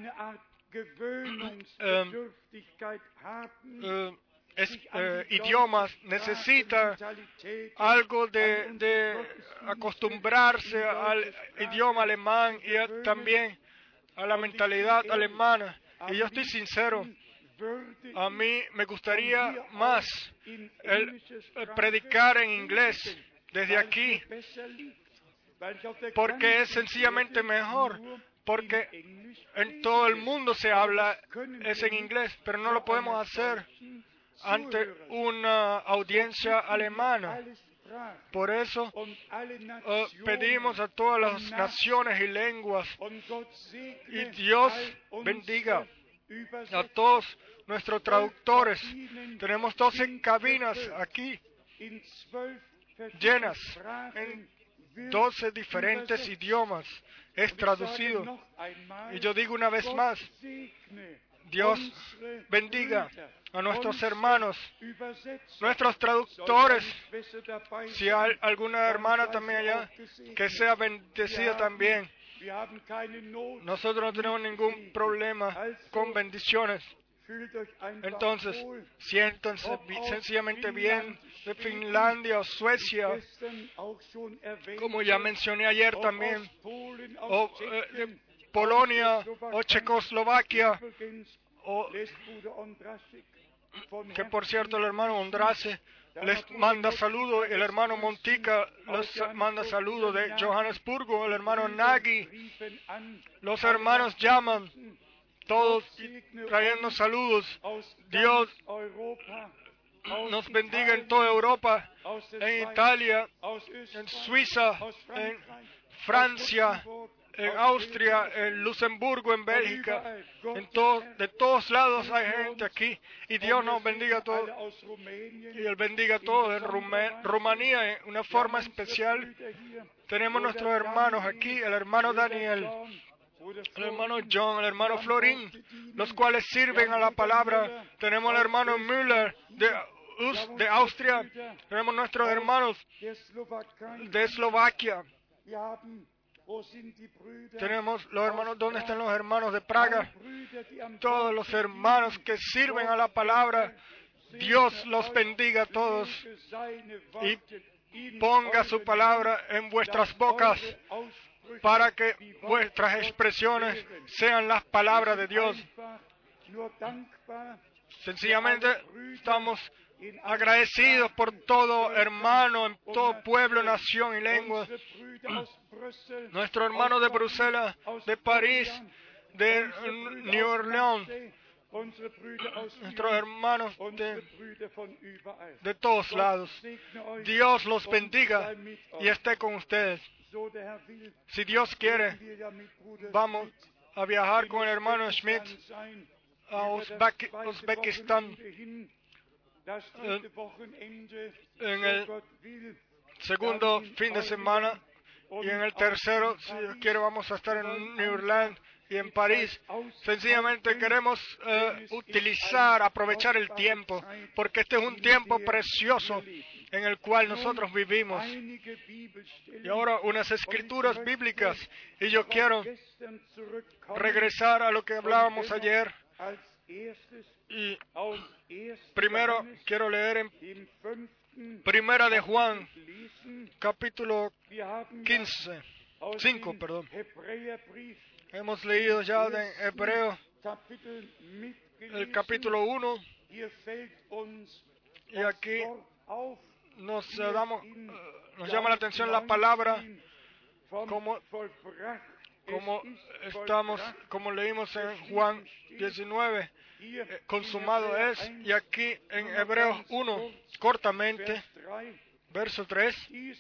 idiomas necesitan algo de acostumbrarse al idioma alemán y también a la mentalidad alemana. Y yo estoy sincero, a mí me gustaría más el predicar en inglés desde aquí, porque es sencillamente mejor, porque en todo el mundo se habla es en inglés, pero no lo podemos hacer ante una audiencia alemana. Por eso pedimos a todas las naciones y lenguas, y Dios bendiga a todos nuestros traductores. Tenemos 12 cabinas aquí llenas en 12 diferentes idiomas. Es traducido. Y yo digo una vez más, Dios bendiga a nuestros hermanos, nuestros traductores. Si hay alguna hermana también allá, que sea bendecida también. Nosotros no tenemos ningún problema con bendiciones. Entonces, siéntanse sencillamente bien de Finlandia o Suecia, como ya mencioné ayer también, o de Polonia o Checoslovaquia, que por cierto el hermano Ondrase les manda saludos, el hermano Montica les manda saludos de Johannesburgo, el hermano Nagy, los hermanos llaman, todos trayendo saludos. Dios nos bendiga en toda Europa, en Italia, en Suiza, en Francia, en Austria, en Luxemburgo, en Bélgica, de todos lados hay gente aquí, y Dios nos bendiga a todos, y Él bendiga a todos. En Rumanía, en una forma especial, tenemos nuestros hermanos aquí, el hermano Daniel, el hermano John, el hermano Florín, los cuales sirven a la palabra. Tenemos el hermano Müller de Austria, tenemos nuestros hermanos de Eslovaquia. Tenemos los hermanos, ¿dónde están los hermanos de Praga? Todos los hermanos que sirven a la palabra. Dios los bendiga a todos y ponga su palabra en vuestras bocas para que vuestras expresiones sean las palabras de Dios. Sencillamente estamos agradecidos por todo hermano, en todo pueblo, nación y lengua. Nuestro hermano de Bruselas, de París, de New Orleans, nuestros hermanos de todos lados. Dios los bendiga y esté con ustedes. Si Dios quiere, vamos a viajar con el hermano Schmidt a Uzbekistán en el segundo fin de semana, y en el tercero, si Dios quiere, vamos a estar en New Orleans, y en París. Sencillamente queremos aprovechar el tiempo, porque este es un tiempo precioso en el cual nosotros vivimos. Y ahora unas escrituras bíblicas, y yo quiero regresar a lo que hablábamos ayer. Y primero quiero leer en Primera de Juan, capítulo 5, perdón. Hemos leído ya de Hebreo el capítulo 1, y aquí nos llama la atención la palabra como leímos en Juan 19, consumado es, y aquí en Hebreos 1, cortamente, verso 3,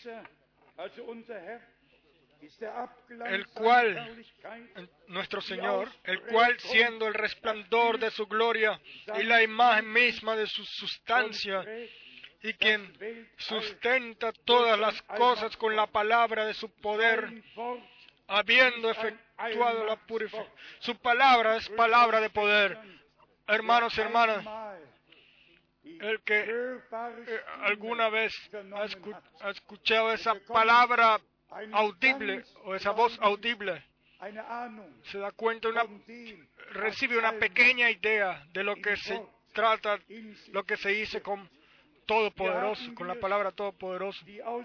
el cual, nuestro Señor, el cual siendo el resplandor de su gloria y la imagen misma de su sustancia, y quien sustenta todas las cosas con la palabra de su poder, habiendo efectuado la purificación. Su palabra es palabra de poder. Hermanos y hermanas, el que alguna vez ha escuchado esa palabra audible o esa voz audible, se da cuenta, recibe una pequeña idea de lo que se trata, lo que se dice con Todopoderoso, con la palabra Todopoderoso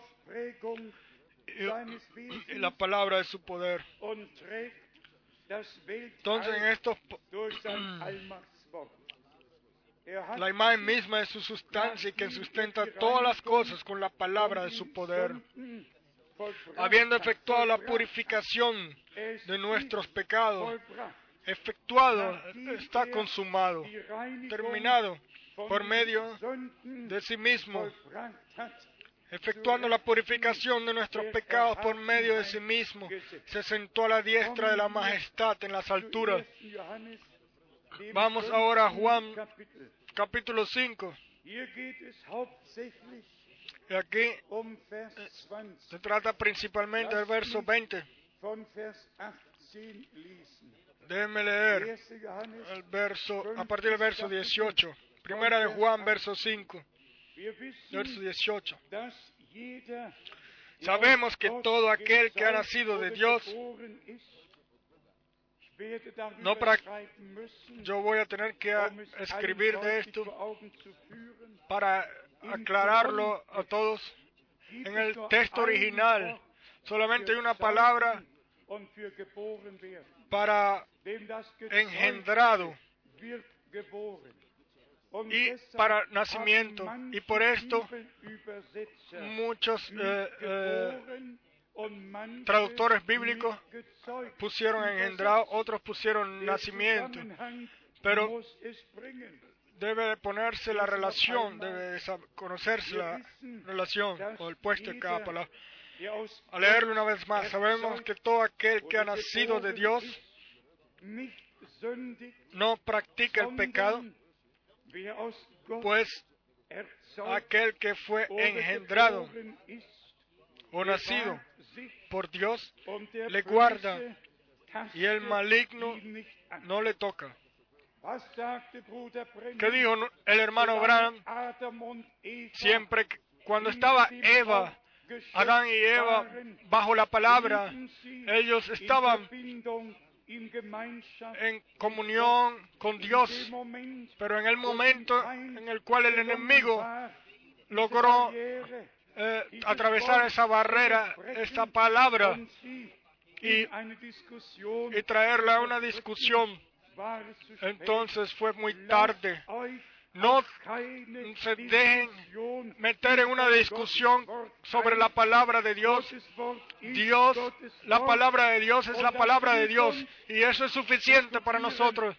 y la palabra de su poder. Entonces en estos la imagen misma de su sustancia, y que sustenta todas las cosas con la palabra de su poder, habiendo efectuado la purificación de nuestros pecados, efectuado, está consumado, terminado, por medio de sí mismo, efectuando la purificación de nuestros pecados por medio de sí mismo, se sentó a la diestra de la majestad en las alturas. Vamos ahora a Juan capítulo 5. Y aquí se trata principalmente del verso 20. Déjenme leer el verso, a partir del verso 18. Primera de Juan, verso 5. Verso 18. Sabemos que todo aquel que ha nacido de Dios, yo voy a tener que escribir de esto para aclararlo a todos. En el texto original solamente hay una palabra para engendrado y para nacimiento, y por esto muchos traductores bíblicos pusieron engendrado, otros pusieron nacimiento, pero debe de ponerse la relación, debe de conocerse la relación o el puesto de cada palabra. A leerlo una vez más, sabemos que todo aquel que ha nacido de Dios no practica el pecado, pues aquel que fue engendrado o nacido por Dios le guarda, y el maligno no le toca. ¿Qué dijo el hermano Branham? Siempre cuando estaba Adán y Eva bajo la palabra, ellos estaban en comunión con Dios, pero en el momento en el cual el enemigo logró atravesar esa barrera, esa palabra, y traerla a una discusión, entonces fue muy tarde. No se dejen meter en una discusión sobre la palabra de Dios. La palabra de Dios es la palabra de Dios, y eso es suficiente para nosotros.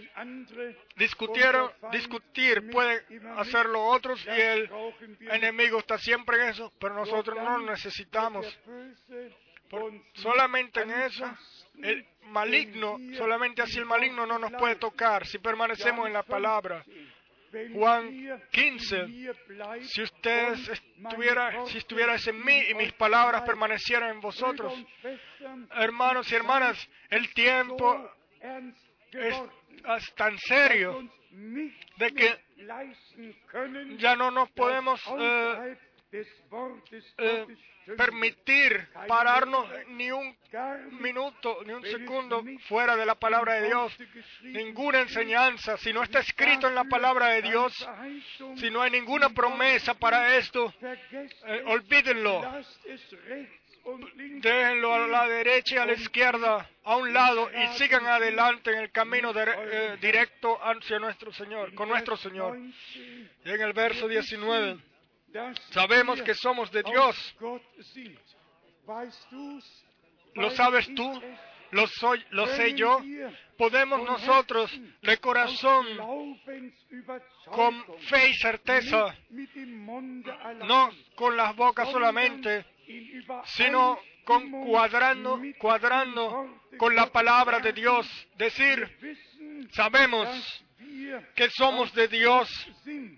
Discutir pueden hacerlo otros, y el enemigo está siempre en eso, pero nosotros no lo necesitamos. Solamente en eso, el maligno, solamente así el maligno no nos puede tocar si permanecemos en la palabra. Juan 15, si estuvierais en mí y mis palabras permanecieran en vosotros. Hermanos y hermanas, el tiempo es tan serio de que ya no nos podemos permitir pararnos ni un minuto, ni un segundo fuera de la palabra de Dios. Ninguna enseñanza, si no está escrito en la palabra de Dios, si no hay ninguna promesa para esto, olvídenlo. Déjenlo a la derecha y a la izquierda, a un lado, y sigan adelante en el camino directo hacia nuestro Señor, con nuestro Señor. Y en el verso 19, sabemos que somos de Dios. ¿Lo sabes tú? ¿Lo sé yo? Podemos nosotros, de corazón, con fe y certeza, no con las bocas solamente, sino cuadrando con la palabra de Dios, decir, sabemos que somos de Dios.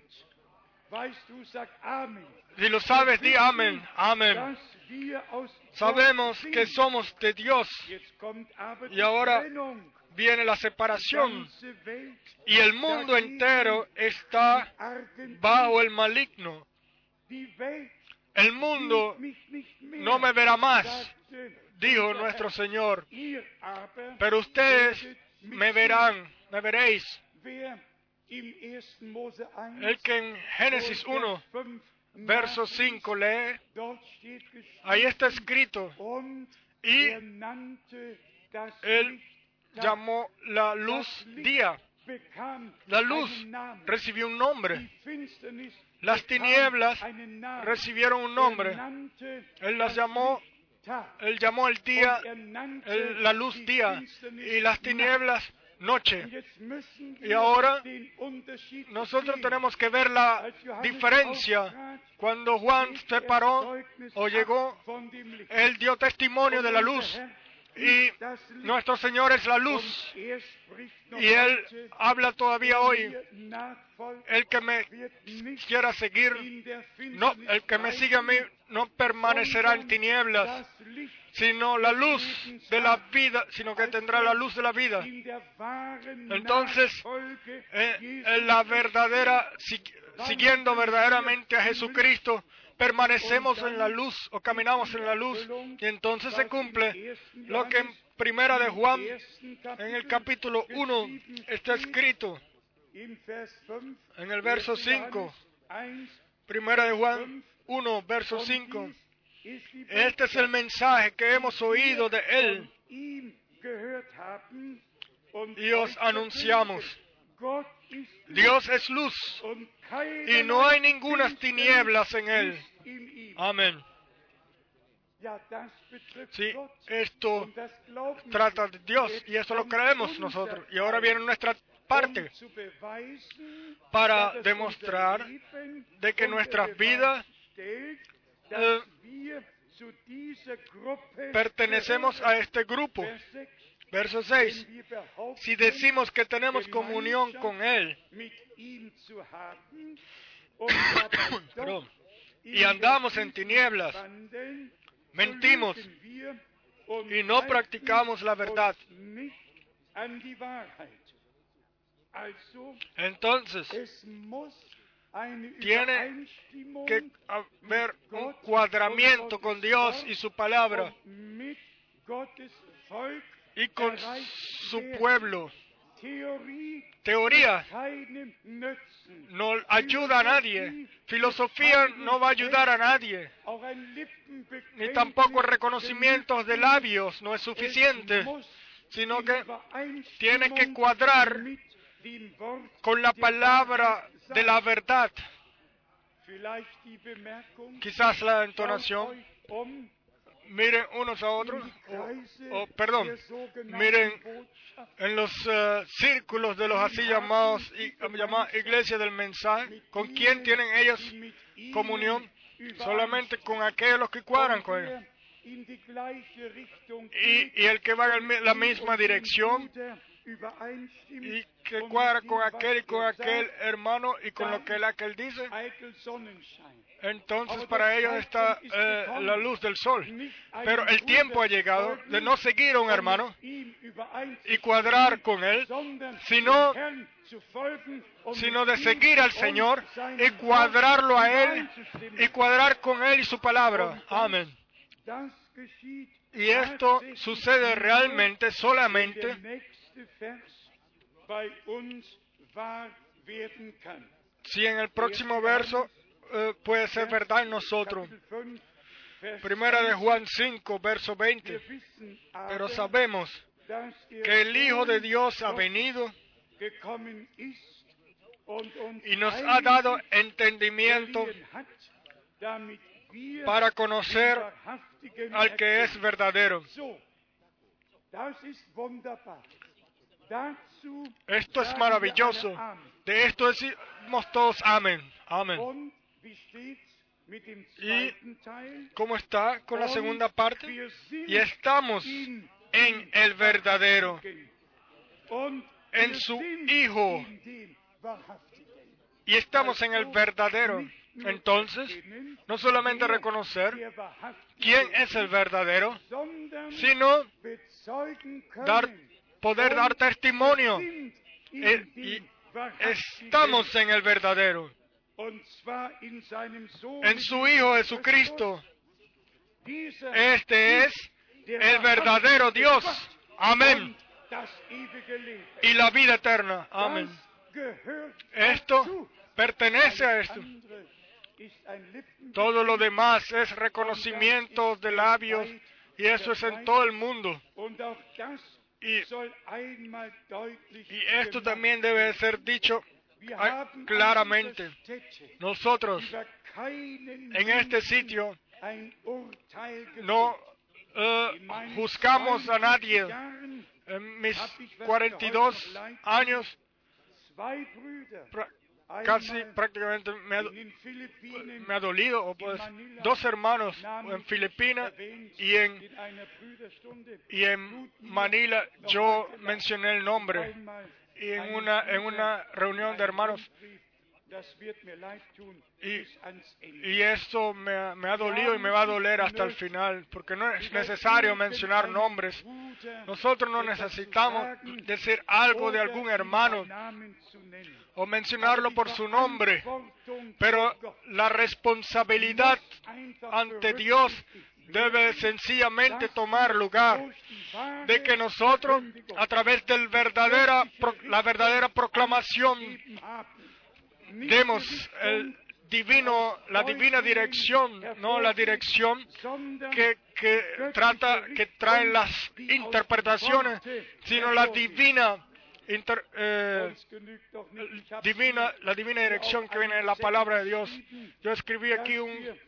Si lo sabes, di amén, amén. Sabemos que somos de Dios. Y ahora viene la separación. Y el mundo entero está bajo el maligno. El mundo no me verá más, dijo nuestro Señor, pero ustedes me verán, me veréis. El que en Génesis 1, verso 5 lee, ahí está escrito, y él llamó la luz día. La luz recibió un nombre. Las tinieblas recibieron un nombre. Él llamó el día, la luz día, y las tinieblas noche. Y ahora nosotros tenemos que ver la diferencia. Cuando Juan se paró o llegó, él dio testimonio de la luz. Y nuestro Señor es la luz. Y Él habla todavía hoy. El que me quiera seguir, el que me siga a mí, no permanecerá en tinieblas, sino la luz de la vida, sino que tendrá la luz de la vida. Entonces, en la verdadera, siguiendo verdaderamente a Jesucristo, permanecemos en la luz o caminamos en la luz, y entonces se cumple lo que en Primera de Juan, en el capítulo 1, está escrito, en el verso 5, Primera de Juan 1, verso 5. Este es el mensaje que hemos oído de Él y os anunciamos. Dios es luz y no hay ninguna tinieblas en Él. Amén. Sí, esto trata de Dios y esto lo creemos nosotros. Y ahora viene nuestra parte para demostrar de que nuestras vidas pertenecemos a este grupo. Verso 6. Si decimos que tenemos comunión con Él y andamos en tinieblas, mentimos y no practicamos la verdad. Entonces, tiene que haber un cuadramiento con Dios y su palabra y con su pueblo. Teoría no ayuda a nadie. Filosofía no va a ayudar a nadie. Ni tampoco reconocimientos de labios no es suficiente, sino que tiene que cuadrar con la palabra de la verdad. Quizás la entonación. Miren unos a otros, miren en los círculos de los así llamados iglesias del mensaje, ¿con quién tienen ellos comunión? Solamente con aquellos que cuadran con ellos. Y el que va en la misma dirección, y que cuadra con aquel y con aquel hermano y con lo que aquel dice, entonces para ellos está la luz del sol. Pero el tiempo ha llegado de no seguir a un hermano y cuadrar con él, sino de seguir al Señor y cuadrarlo a Él y cuadrar con Él y su palabra. Amén. Y esto sucede realmente solamente si en el próximo verso puede ser verdad en nosotros. Primera de Juan 5, verso 20. Pero sabemos que el Hijo de Dios ha venido y nos ha dado entendimiento para conocer al que es verdadero. Esto es maravilloso. De esto decimos todos amén. Amén. ¿Y cómo está con la segunda parte? Y estamos en el verdadero, en su Hijo. Y estamos en el verdadero. Entonces, no solamente reconocer quién es el verdadero, sino poder dar testimonio. Y estamos en el verdadero. En su Hijo Jesucristo. Este es el verdadero Dios. Amén. Y la vida eterna. Amén. Esto pertenece a esto. Todo lo demás es reconocimiento de labios y eso es en todo el mundo. Y esto también debe ser dicho claramente. Nosotros en este sitio no juzgamos a nadie. En mis 42 años casi prácticamente me ha dolido, pues, dos hermanos en Filipinas y en Manila yo mencioné el nombre y en una reunión de hermanos y esto me ha dolido y me va a doler hasta el final, porque no es necesario mencionar nombres. Nosotros no necesitamos decir algo de algún hermano o mencionarlo por su nombre, pero la responsabilidad ante Dios debe sencillamente tomar lugar, de que nosotros, a través de la verdadera proclamación, demos la divina dirección, no la dirección que trae las interpretaciones, sino la divina dirección que viene de la palabra de Dios. Yo escribí aquí un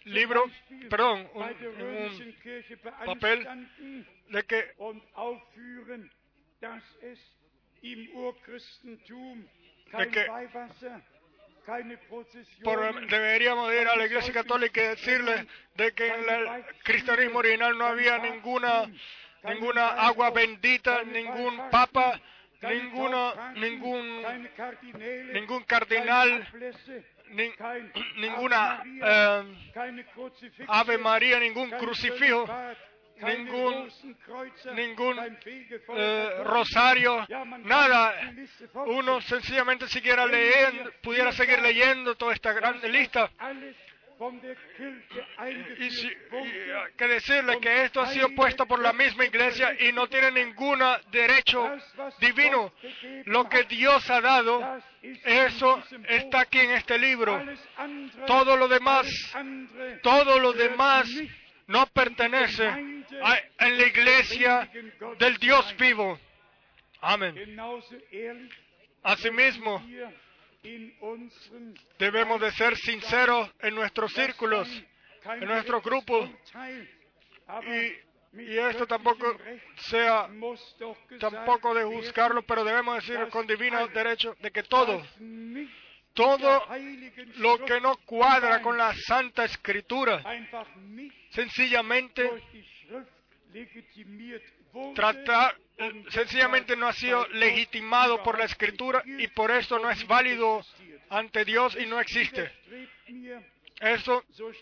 papel de que deberíamos ir a la Iglesia Católica y decirles de que en el cristianismo original no había ninguna agua bendita, ningún papa, ningún cardinal, ninguna Ave María, ningún crucifijo, ningún rosario, nada. Uno sencillamente pudiera seguir leyendo toda esta grande lista. Y hay que decirle que esto ha sido puesto por la misma iglesia y no tiene ningún derecho divino. Lo que Dios ha dado, eso está aquí en este libro. Todo lo demás no pertenece en la iglesia del Dios vivo. Amén. Asimismo, debemos de ser sinceros en nuestros círculos, en nuestros grupos. Y esto tampoco de juzgarlo, pero debemos decir con divino derecho de que todo lo que no cuadra con la Santa Escritura, sencillamente sencillamente no ha sido legitimado por la Escritura y por esto no es válido ante Dios y no existe. Eso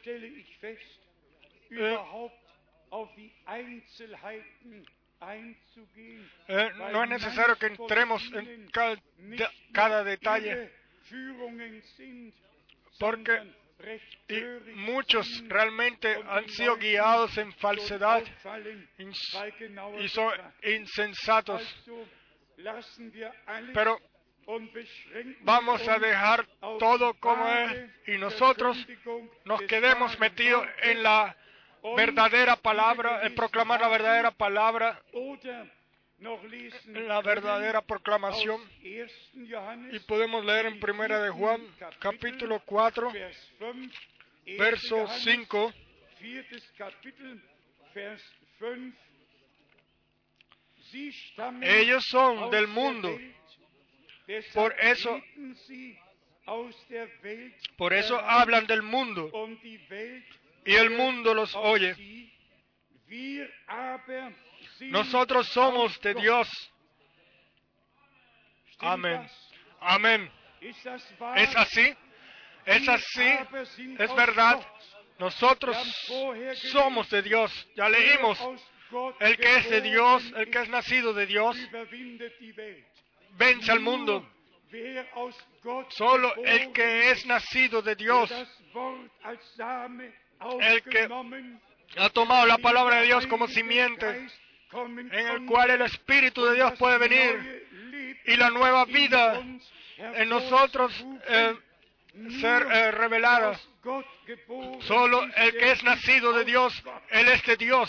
no es necesario que entremos en cada detalle, porque muchos realmente han sido guiados en falsedad y son insensatos. Pero vamos a dejar todo como es y nosotros nos quedemos metidos en la verdadera palabra, en proclamar la verdadera palabra, la verdadera proclamación. Y podemos leer en Primera de Juan, capítulo 4, verso 5. Ellos son del mundo, por eso hablan del mundo, y el mundo los oye. Nosotros somos de Dios. Amén. Amén. ¿Es así? ¿Es así? ¿Es verdad? Nosotros somos de Dios. Ya leímos. El que es de Dios, el que es nacido de Dios, vence al mundo. Solo el que es nacido de Dios, el que ha tomado la palabra de Dios como simiente, en el cual el Espíritu de Dios puede venir y la nueva vida en nosotros ser revelada. Solo el que es nacido de Dios, Él es de Dios.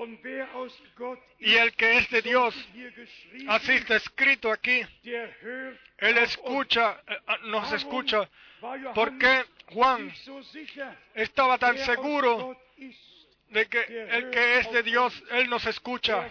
Y el que es de Dios, así está escrito aquí, Él escucha, nos escucha. ¿Por qué Juan estaba tan seguro de que el que es de Dios, Él nos escucha?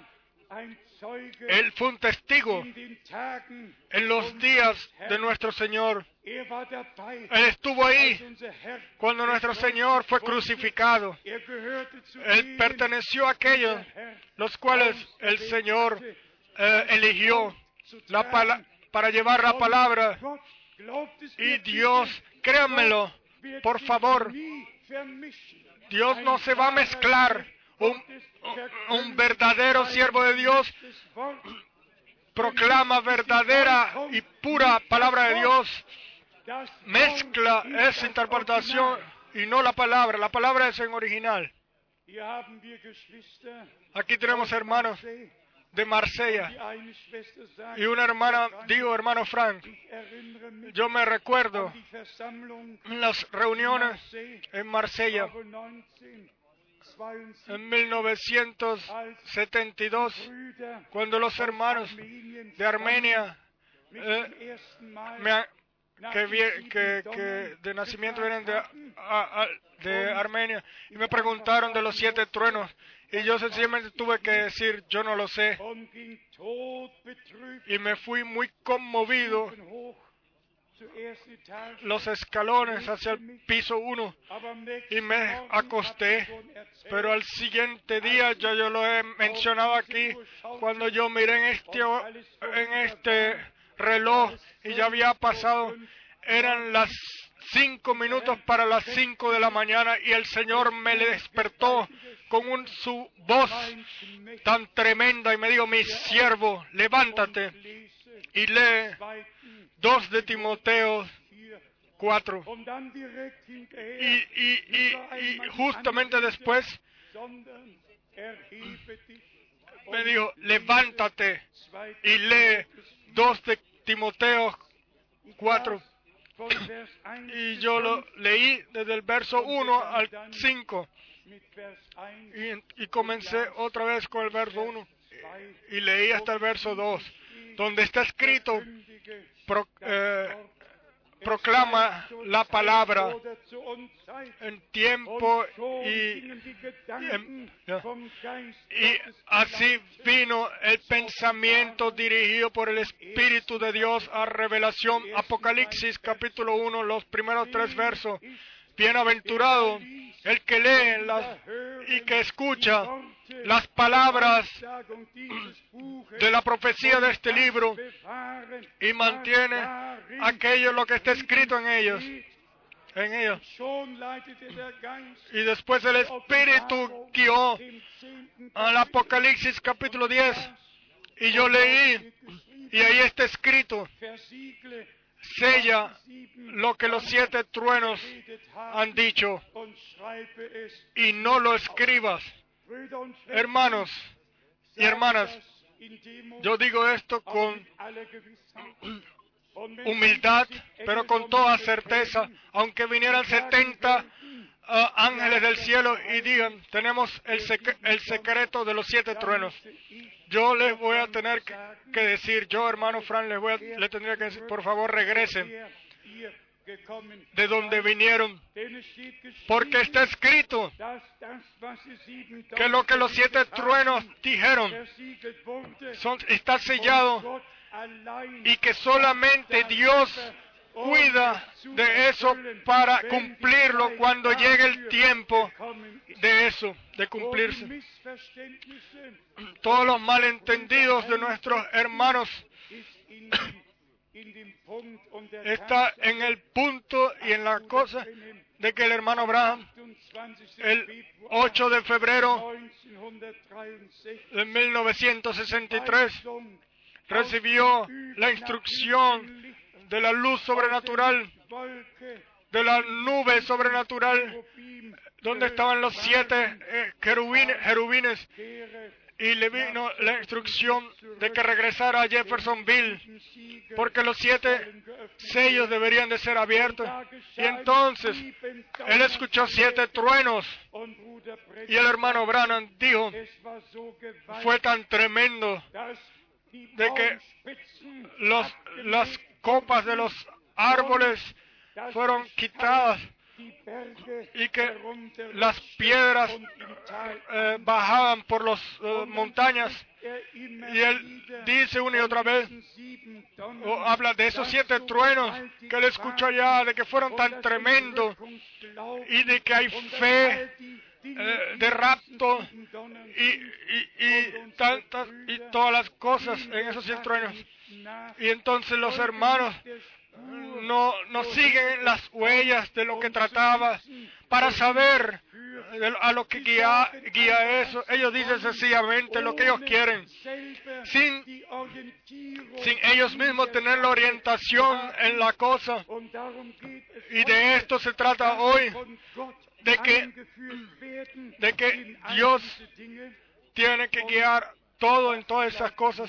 Él fue un testigo en los días de nuestro Señor. Él estuvo ahí cuando nuestro Señor fue crucificado. Él perteneció a aquellos los cuales el Señor eligió para llevar la palabra. Y Dios, créanmelo, por favor, Dios no se va a mezclar. Un verdadero siervo de Dios proclama verdadera y pura palabra de Dios. Mezcla esa interpretación y no la palabra. La palabra es en original. Aquí tenemos hermanos de Marsella y una hermana, hermano Frank. Yo me recuerdo en las reuniones en Marsella en 1972, cuando los hermanos de Armenia, que de nacimiento vienen de Armenia, y me preguntaron de los 7 truenos, y yo sencillamente tuve que decir, yo no lo sé, y me fui muy conmovido los escalones hacia el piso 1 y me acosté, pero al siguiente día, yo lo he mencionado aquí, cuando yo miré en este reloj y ya había pasado, eran las 5 minutos para las 5 de la mañana y el Señor me le despertó con su voz tan tremenda y me dijo, mi siervo, levántate y lee 2 de Timoteo 4. Y justamente después me dijo, levántate y lee 2 de Timoteo 4. Y yo lo leí desde el verso 1 al 5. Y comencé otra vez con el verso 1. Y leí hasta el verso 2, donde está escrito, proclama la palabra en tiempo y así vino el pensamiento dirigido por el Espíritu de Dios a revelación. Apocalipsis capítulo 1, los primeros 3 versos. Bienaventurado el que lee y que escucha las palabras de la profecía de este libro y mantiene aquello lo que está escrito en ellos. Y después el Espíritu guió al Apocalipsis capítulo 10 y yo leí y ahí está escrito: sella lo que los 7 truenos han dicho y no lo escribas. Hermanos y hermanas, yo digo esto con humildad, pero con toda certeza, aunque vinieran 70 ángeles del cielo y digan: tenemos el secreto de los 7 truenos. Yo les voy a tener que decir, yo, hermano Fran, le tendría que decir: por favor, regresen de donde vinieron, porque está escrito que lo que los 7 truenos dijeron está sellado y que solamente Dios cuida de eso para cumplirlo cuando llegue el tiempo de eso, de cumplirse. Todos los malentendidos de nuestros hermanos está en el punto y en la cosa de que el hermano Branham, el 8 de febrero de 1963, recibió la instrucción de la luz sobrenatural, de la nube sobrenatural, donde estaban los 7 querubines, y le vino la instrucción de que regresara a Jeffersonville, porque los 7 sellos deberían de ser abiertos. Y entonces él escuchó 7 truenos, y el hermano Branham dijo: fue tan tremendo de que las copas de los árboles fueron quitadas y que las piedras bajaban por las montañas. Y él dice una y otra vez, habla de esos 7 truenos que él escuchó allá, de que fueron tan tremendos y de que hay fe de rapto y todas las cosas en esos 7 truenos. Y entonces los hermanos no siguen las huellas de lo que trataba para saber a lo que guía eso. Ellos dicen sencillamente lo que ellos quieren, sin ellos mismos tener la orientación en la cosa. Y de esto se trata hoy, de que Dios tiene que guiar todo en todas esas cosas.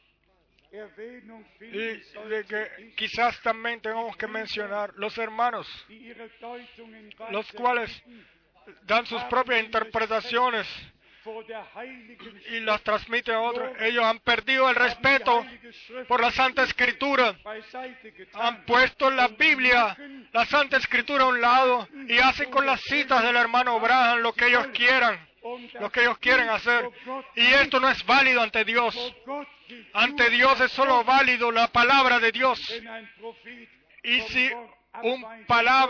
Y de que quizás también tenemos que mencionar los hermanos, los cuales dan sus propias interpretaciones y las transmiten a otros. Ellos han perdido el respeto por la Santa Escritura, han puesto la Biblia, la Santa Escritura a un lado, y hacen con las citas del hermano Branham lo que ellos quieran, lo que ellos quieren hacer. Y esto no es válido ante Dios. Ante Dios es solo válido la palabra de Dios. Y si un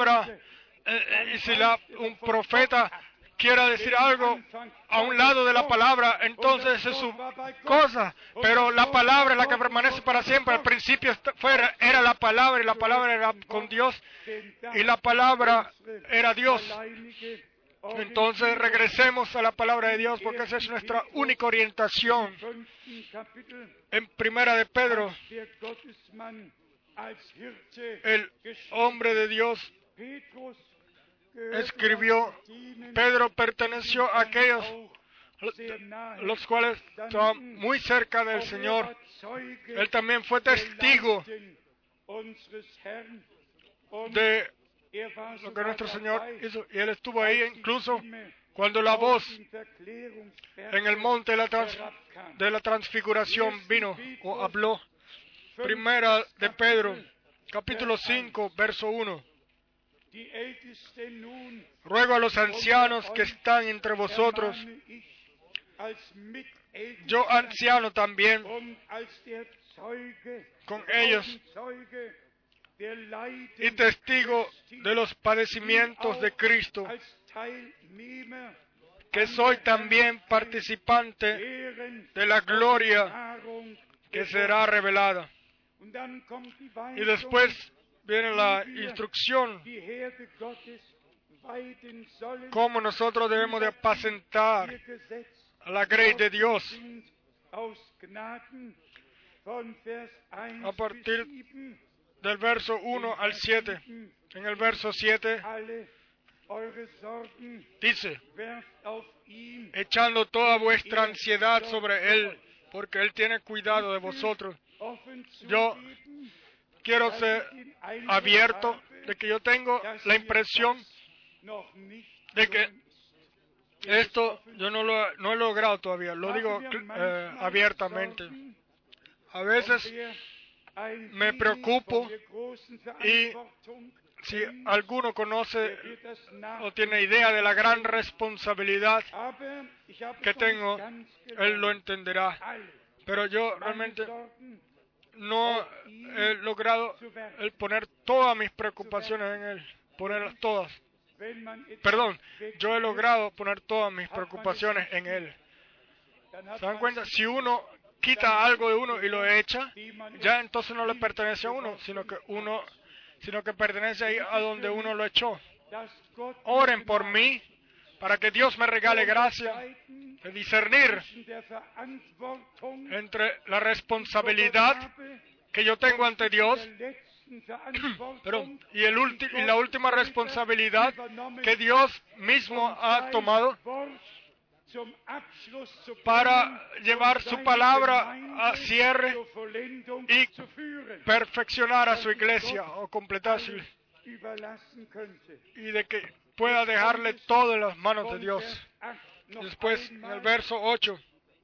profeta quiera decir algo a un lado de la palabra, entonces es su cosa. Pero la palabra es la que permanece para siempre. Al principio era la palabra, y la palabra era con Dios, y la palabra era Dios. Entonces regresemos a la palabra de Dios, porque esa es nuestra única orientación. En Primera de Pedro, el hombre de Dios escribió: Pedro perteneció a aquellos los cuales estaban muy cerca del Señor. Él también fue testigo de lo que nuestro Señor hizo, y él estuvo ahí incluso cuando la voz en el monte de la transfiguración vino o habló. Primera de Pedro, capítulo 5, verso 1. Ruego a los ancianos que están entre vosotros, yo anciano también, con ellos, y testigo de los padecimientos de Cristo, que soy también participante de la gloria que será revelada. Y después viene la instrucción, cómo nosotros debemos de apacentar a la grey de Dios. A partir del verso 1 al 7. En el verso 7 dice, echando toda vuestra ansiedad sobre Él, porque Él tiene cuidado de vosotros. Yo quiero ser abierto de que yo tengo la impresión de que esto yo no he logrado todavía, lo digo abiertamente. A veces me preocupo y si alguno conoce o tiene idea de la gran responsabilidad que tengo, él lo entenderá. Pero yo realmente no he logrado el poner todas mis preocupaciones en él, ponerlas todas. Perdón, yo he logrado poner todas mis preocupaciones en él. ¿Se dan cuenta? Si uno quita algo de uno y lo echa, ya entonces no le pertenece a uno, sino que pertenece ahí a donde uno lo echó. Oren por mí para que Dios me regale gracia de discernir entre la responsabilidad que yo tengo ante Dios y la última responsabilidad que Dios mismo ha tomado para llevar su palabra a cierre y perfeccionar a su iglesia o completar su iglesia, y de que pueda dejarle todo en las manos de Dios. Después, en el verso 8,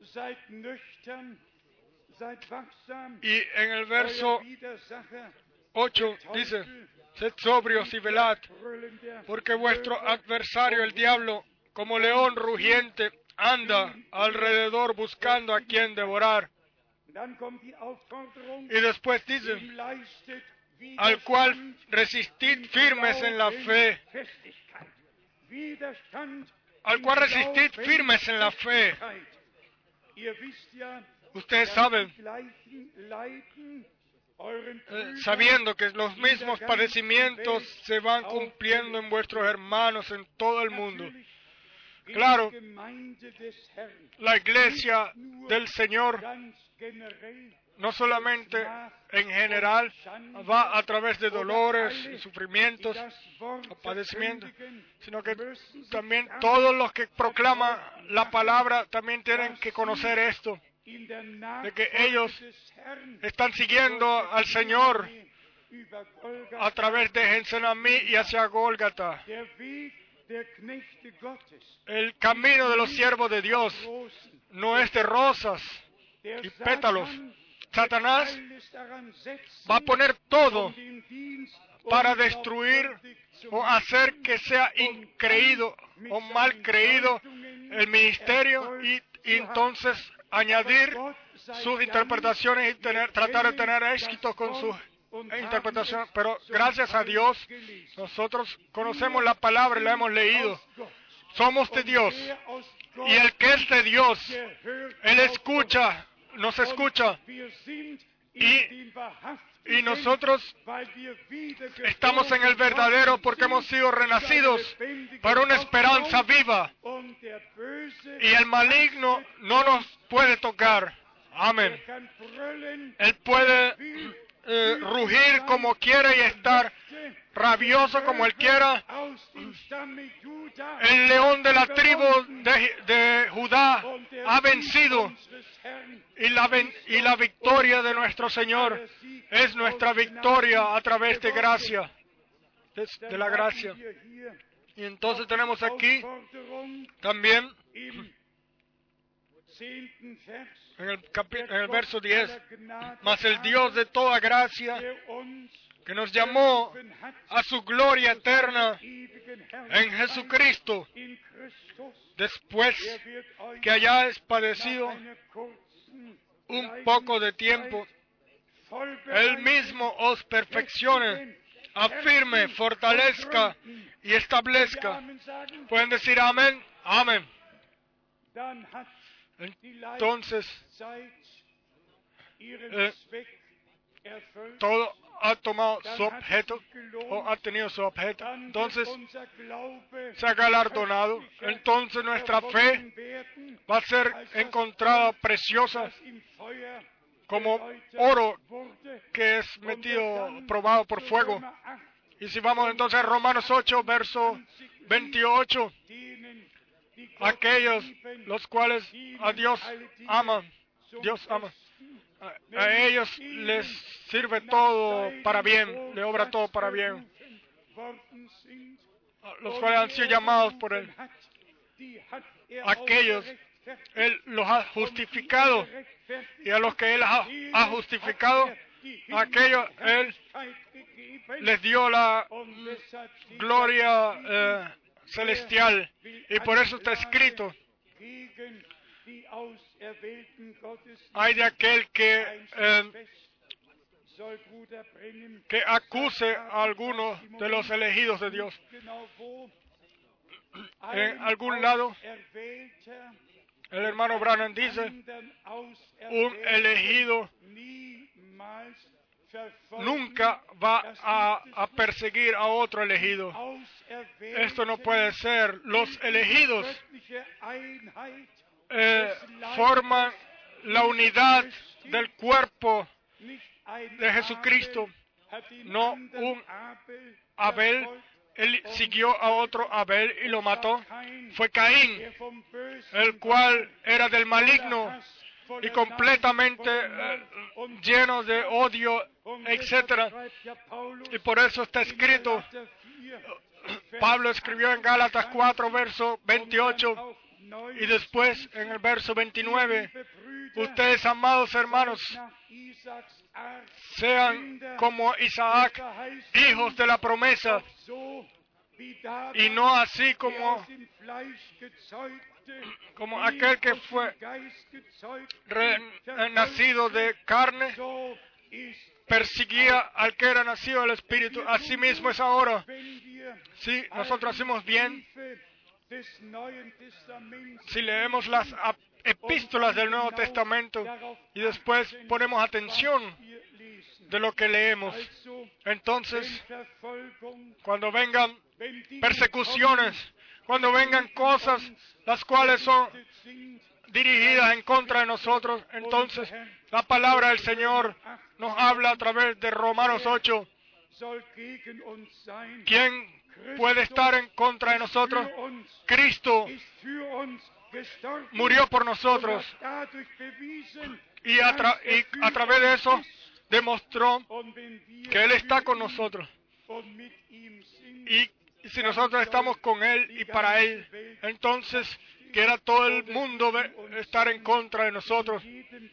y en el verso 8 dice, sed sobrios y velad, porque vuestro adversario el diablo, como león rugiente, anda alrededor buscando a quien devorar. Y después dice, al cual resistid firmes en la fe. Al cual resistid firmes en la fe. Ustedes saben, sabiendo que los mismos padecimientos se van cumpliendo en vuestros hermanos en todo el mundo. Claro, la iglesia del Señor no solamente en general va a través de dolores y sufrimientos o padecimientos, sino que también todos los que proclaman la palabra también tienen que conocer esto, de que ellos están siguiendo al Señor a través de Gensenamí y hacia Gólgata. El camino de los siervos de Dios no es de rosas y pétalos. Satanás va a poner todo para destruir o hacer que sea increído o mal creído el ministerio y entonces añadir sus interpretaciones y tratar de tener éxito con sus interpretaciones. Pero gracias a Dios nosotros conocemos la palabra y la hemos leído. Somos de Dios, y el que es de Dios, Él escucha, nos escucha, y nosotros estamos en el verdadero porque hemos sido renacidos para una esperanza viva, y el maligno no nos puede tocar. Amén. Él puede rugir como quiera y estar rabioso como él quiera. El león de la tribu de Judá ha vencido, y la victoria de nuestro Señor es nuestra victoria a través de gracia, de la gracia. Y entonces tenemos aquí también en el verso 10, mas el Dios de toda gracia, que nos llamó a su gloria eterna en Jesucristo, después que hayáis padecido un poco de tiempo, Él mismo os perfeccione, afirme, fortalezca y establezca. ¿Pueden decir amén? Amén. entonces todo ha tomado su objeto o ha tenido su objeto, entonces se ha galardonado, entonces nuestra fe va a ser encontrada preciosa como oro que es probado por fuego. Y si vamos entonces a Romanos 8, verso 28, aquellos los cuales a Dios ama, a ellos les sirve todo para bien, le obra todo para bien, los cuales han sido llamados por Él. Aquellos Él los ha justificado, y a los que Él ha justificado, a aquellos Él les dio la gloria celestial, y por eso está escrito: hay de aquel que acuse a alguno de los elegidos de Dios. En algún lado, el hermano Branham dice: un elegido nunca va a perseguir a otro elegido. Esto no puede ser. Los elegidos forman la unidad del cuerpo de Jesucristo, no un Abel. Él siguió a otro Abel y lo mató. Fue Caín, el cual era del maligno y completamente lleno de odio, etc. Y por eso está escrito, Pablo escribió en Gálatas 4, verso 28, y después en el verso 29, ustedes, amados hermanos, sean como Isaac, hijos de la promesa, y no así como aquel que fue nacido de carne persiguía al que era nacido del Espíritu. Así mismo es ahora. Si nosotros hacemos bien, si leemos las epístolas del Nuevo Testamento y después ponemos atención de lo que leemos, entonces cuando vengan persecuciones, cuando vengan cosas las cuales son dirigidas en contra de nosotros, entonces la palabra del Señor nos habla a través de Romanos 8. ¿Quién puede estar en contra de nosotros? Cristo murió por nosotros y a través de eso demostró que Él está con nosotros. Y si nosotros estamos con Él y para Él, entonces quiera todo el mundo estar en contra de nosotros.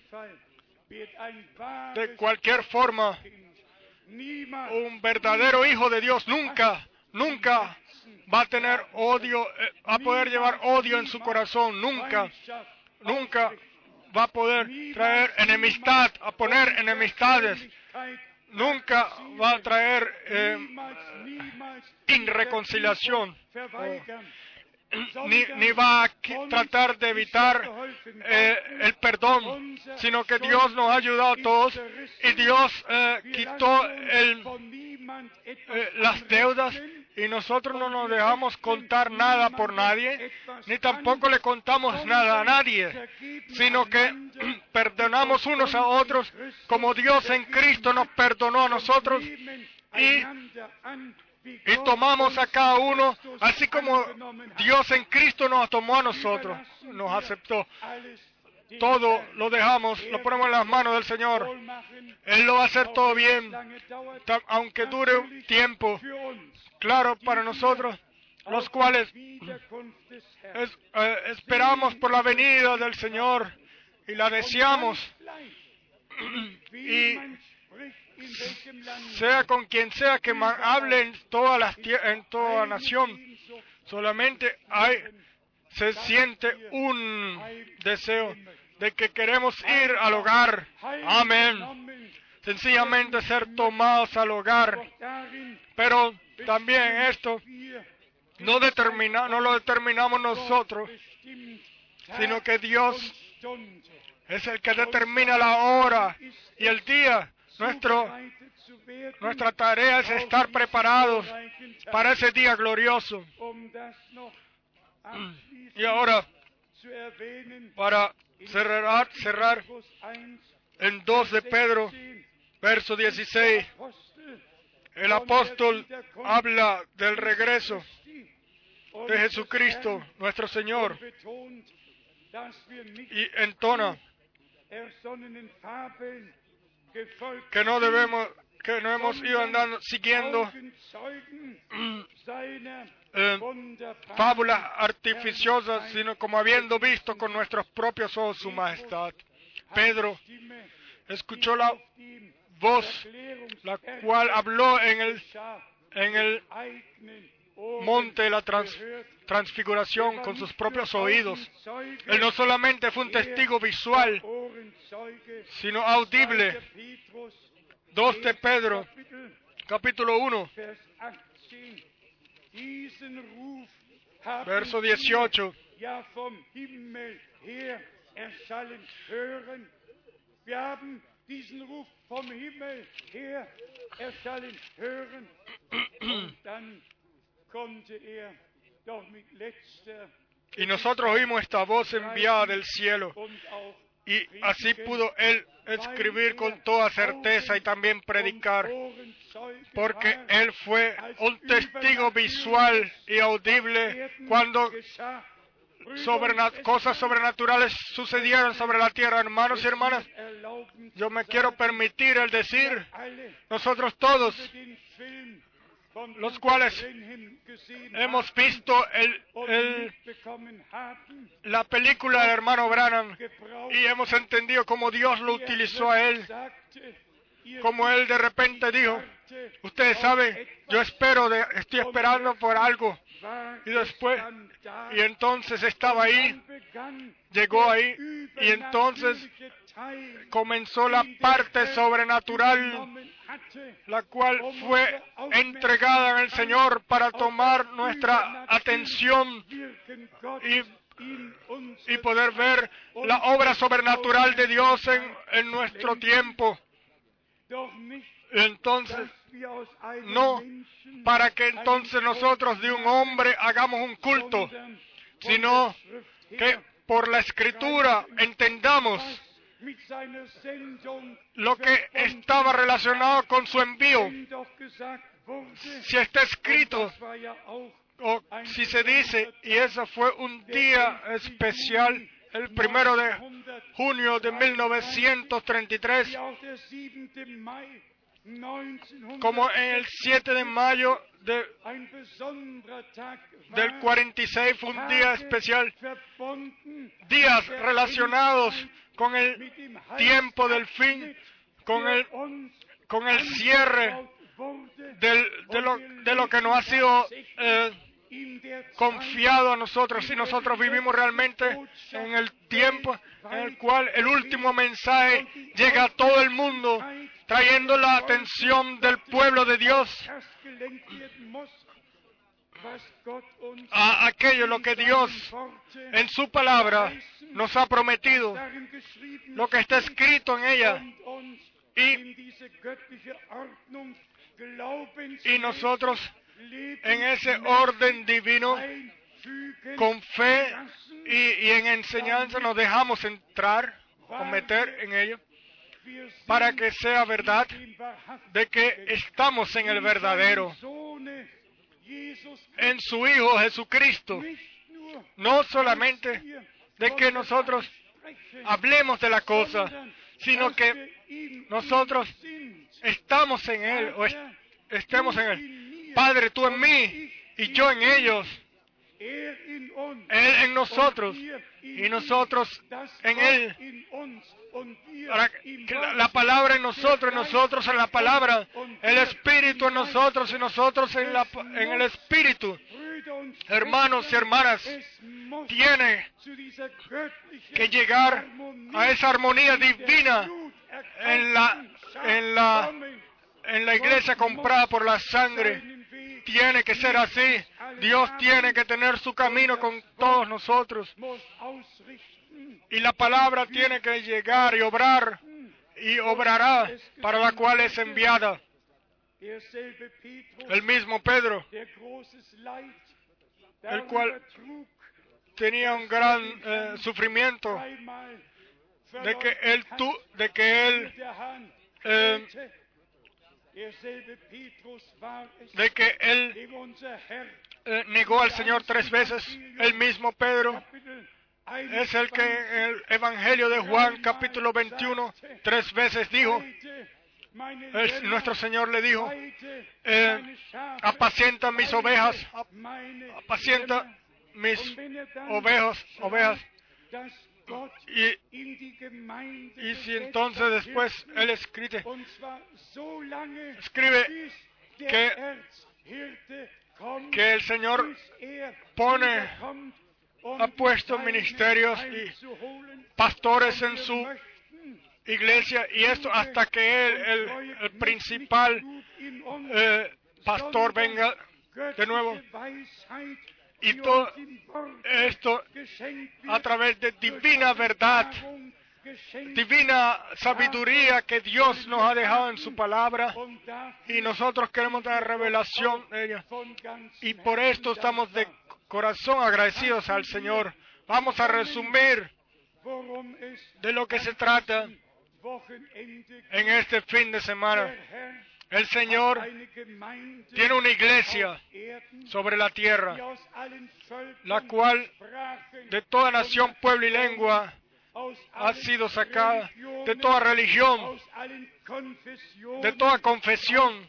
De cualquier forma, un verdadero hijo de Dios nunca va a tener odio, va a poder llevar odio en su corazón, nunca va a poder traer enemistad, a poner enemistades, nunca va a traer irreconciliación, ni va a tratar de evitar el perdón, sino que Dios nos ha ayudado a todos y Dios quitó las deudas, y nosotros no nos dejamos contar nada por nadie, ni tampoco le contamos nada a nadie, sino que perdonamos unos a otros como Dios en Cristo nos perdonó a nosotros, y tomamos a cada uno así como Dios en Cristo nos tomó a nosotros, nos aceptó. Todo lo dejamos, lo ponemos en las manos del Señor. Él lo va a hacer todo bien, aunque dure un tiempo. Claro, para nosotros, los cuales esperamos por la venida del Señor y la deseamos. Y sea con quien sea que hable en toda nación, solamente se siente un deseo de que queremos ir al hogar. Amén. Sencillamente ser tomados al hogar. Pero también esto no lo determinamos nosotros, sino que Dios es el que determina la hora y el día. Nuestra tarea es estar preparados para ese día glorioso. Y ahora, para cerrar en 2 de Pedro, verso 16, el apóstol habla del regreso de Jesucristo, nuestro Señor, y entona que no hemos ido andando siguiendo fábulas artificiosas, sino como habiendo visto con nuestros propios ojos su majestad. Pedro escuchó la voz, la cual habló en el monte de la transfiguración con sus propios oídos. Él no solamente fue un testigo visual, sino audible. 2 de Pedro, capítulo 1, verso 18. Y nosotros oímos esta voz enviada del cielo, y así pudo él escribir con toda certeza y también predicar, porque él fue un testigo visual y audible cuando cosas sobrenaturales sucedieron sobre la tierra. Hermanos y hermanas, yo me quiero permitir el decir, nosotros todos, los cuales hemos visto la película del hermano Branham y hemos entendido cómo Dios lo utilizó a él, como él de repente dijo, ustedes saben, estoy esperando por algo, y entonces estaba ahí, llegó ahí, y entonces comenzó la parte sobrenatural, la cual fue entregada en el Señor para tomar nuestra atención y poder ver la obra sobrenatural de Dios en nuestro tiempo. Entonces, no para que entonces nosotros de un hombre hagamos un culto, sino que por la Escritura entendamos lo que estaba relacionado con su envío. Si está escrito, o si se dice, y eso fue un día especial, el 1 de junio de 1933, como en el 7 de mayo del 46 fue un día especial, días relacionados con el tiempo del fin, con el cierre de lo que nos ha sido confiado a nosotros, y nosotros vivimos realmente en el tiempo en el cual el último mensaje llega a todo el mundo, trayendo la atención del pueblo de Dios a aquello lo que Dios en su palabra nos ha prometido, lo que está escrito en ella, y nosotros en ese orden divino, con fe y en enseñanza, nos dejamos entrar o meter en ello, para que sea verdad de que estamos en el verdadero, en su Hijo Jesucristo. No solamente de que nosotros hablemos de la cosa, sino que nosotros estamos en Él, o estemos en Él. Padre, tú en mí y yo en ellos. Él en nosotros y nosotros en Él. La palabra en nosotros en la palabra. El Espíritu en nosotros y nosotros en el Espíritu. Hermanos y hermanas, tiene que llegar a esa armonía divina en la iglesia comprada por la sangre. Tiene que ser así. Dios tiene que tener su camino con todos nosotros. Y la palabra tiene que llegar y obrar, y obrará para la cual es enviada. El mismo Pedro, el cual tenía un gran sufrimiento de que él negó al Señor 3 veces. El mismo Pedro es el que en el Evangelio de Juan, capítulo 21, 3 veces dijo, nuestro Señor le dijo, apacienta mis ovejas, apacienta mis ovejas. Y si entonces después Él escribe que el Señor ha puesto ministerios y pastores en su iglesia, y esto hasta que el principal pastor venga de nuevo. Y todo esto a través de divina verdad, divina sabiduría que Dios nos ha dejado en su palabra, y nosotros queremos tener revelación de ella. Y por esto estamos de corazón agradecidos al Señor. Vamos a resumir de lo que se trata en este fin de semana. El Señor tiene una iglesia sobre la tierra, la cual de toda nación, pueblo y lengua ha sido sacada, de toda religión, de toda confesión,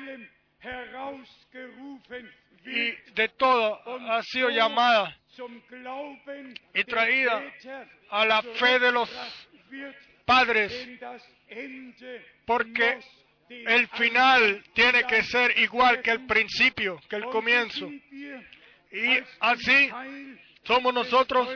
y de todo ha sido llamada y traída a la fe de los padres, porque el final tiene que ser igual que el principio, que el comienzo. Y así somos nosotros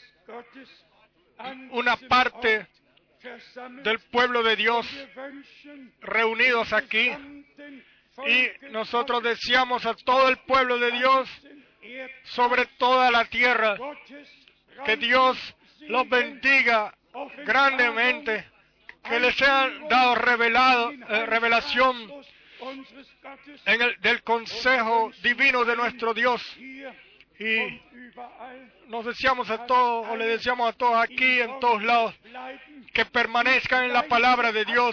una parte del pueblo de Dios reunidos aquí, y nosotros deseamos a todo el pueblo de Dios sobre toda la tierra que Dios los bendiga grandemente, que les sean dado revelación del consejo divino de nuestro Dios. Y nos deseamos a todos, o le deseamos a todos aquí, en todos lados, que permanezcan en la palabra de Dios.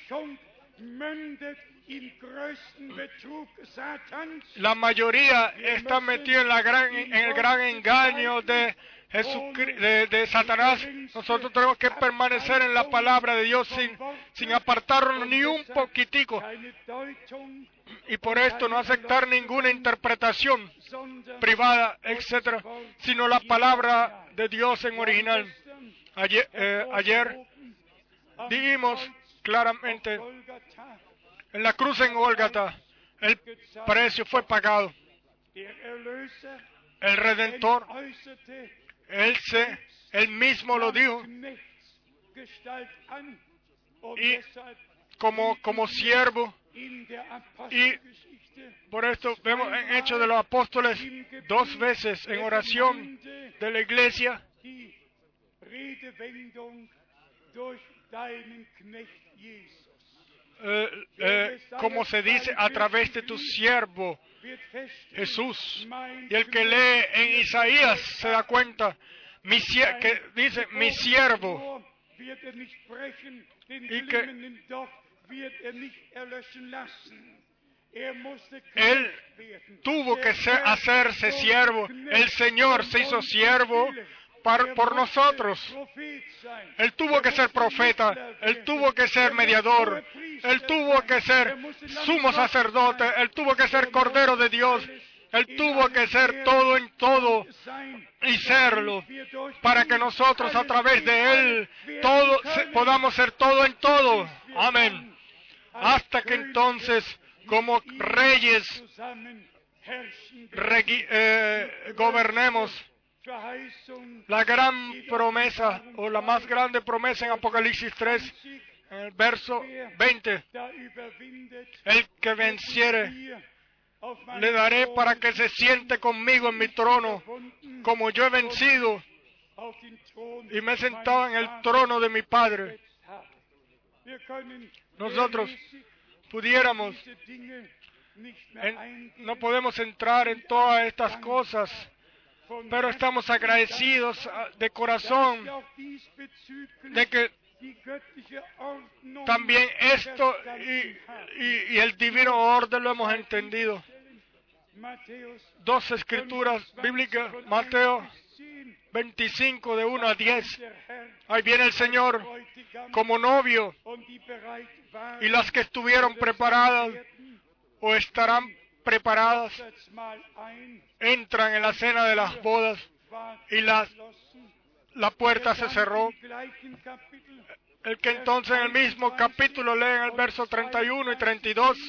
La mayoría está metida en el gran engaño de Satanás. Nosotros tenemos que permanecer en la palabra de Dios sin apartarnos ni un poquitico, y por esto no aceptar ninguna interpretación privada, etcétera, sino la palabra de Dios en original. Ayer dijimos claramente, en la cruz en Gólgata el precio fue pagado. El Redentor, Él mismo lo dijo, y como siervo, y por esto vemos en Hechos de los Apóstoles 2 veces en oración de la iglesia, como se dice, a través de tu siervo Jesús. Y el que lee en Isaías se da cuenta que dice mi siervo, y que Él tuvo que hacerse siervo. El Señor se hizo siervo por nosotros. Él tuvo que ser profeta, Él tuvo que ser mediador, Él tuvo que ser sumo sacerdote, Él tuvo que ser Cordero de Dios, Él tuvo que ser todo en todo y serlo, para que nosotros a través de Él podamos ser todo en todo. Amén. Hasta que entonces, como reyes, gobernemos. La gran promesa, o la más grande promesa en Apocalipsis 3, en el verso 20, el que venciere le daré para que se siente conmigo en mi trono, como yo he vencido y me he sentado en el trono de mi Padre. Nosotros pudiéramos, no podemos entrar en todas estas cosas, pero estamos agradecidos de corazón de que también esto y el divino orden lo hemos entendido. Dos escrituras bíblicas, Mateo 25, de 1 a 10. Ahí viene el Señor como novio, y las que estuvieron preparadas o estarán preparadas entran en la cena de las bodas, y la puerta se cerró. El que entonces en el mismo capítulo lee en el verso 31 y 32,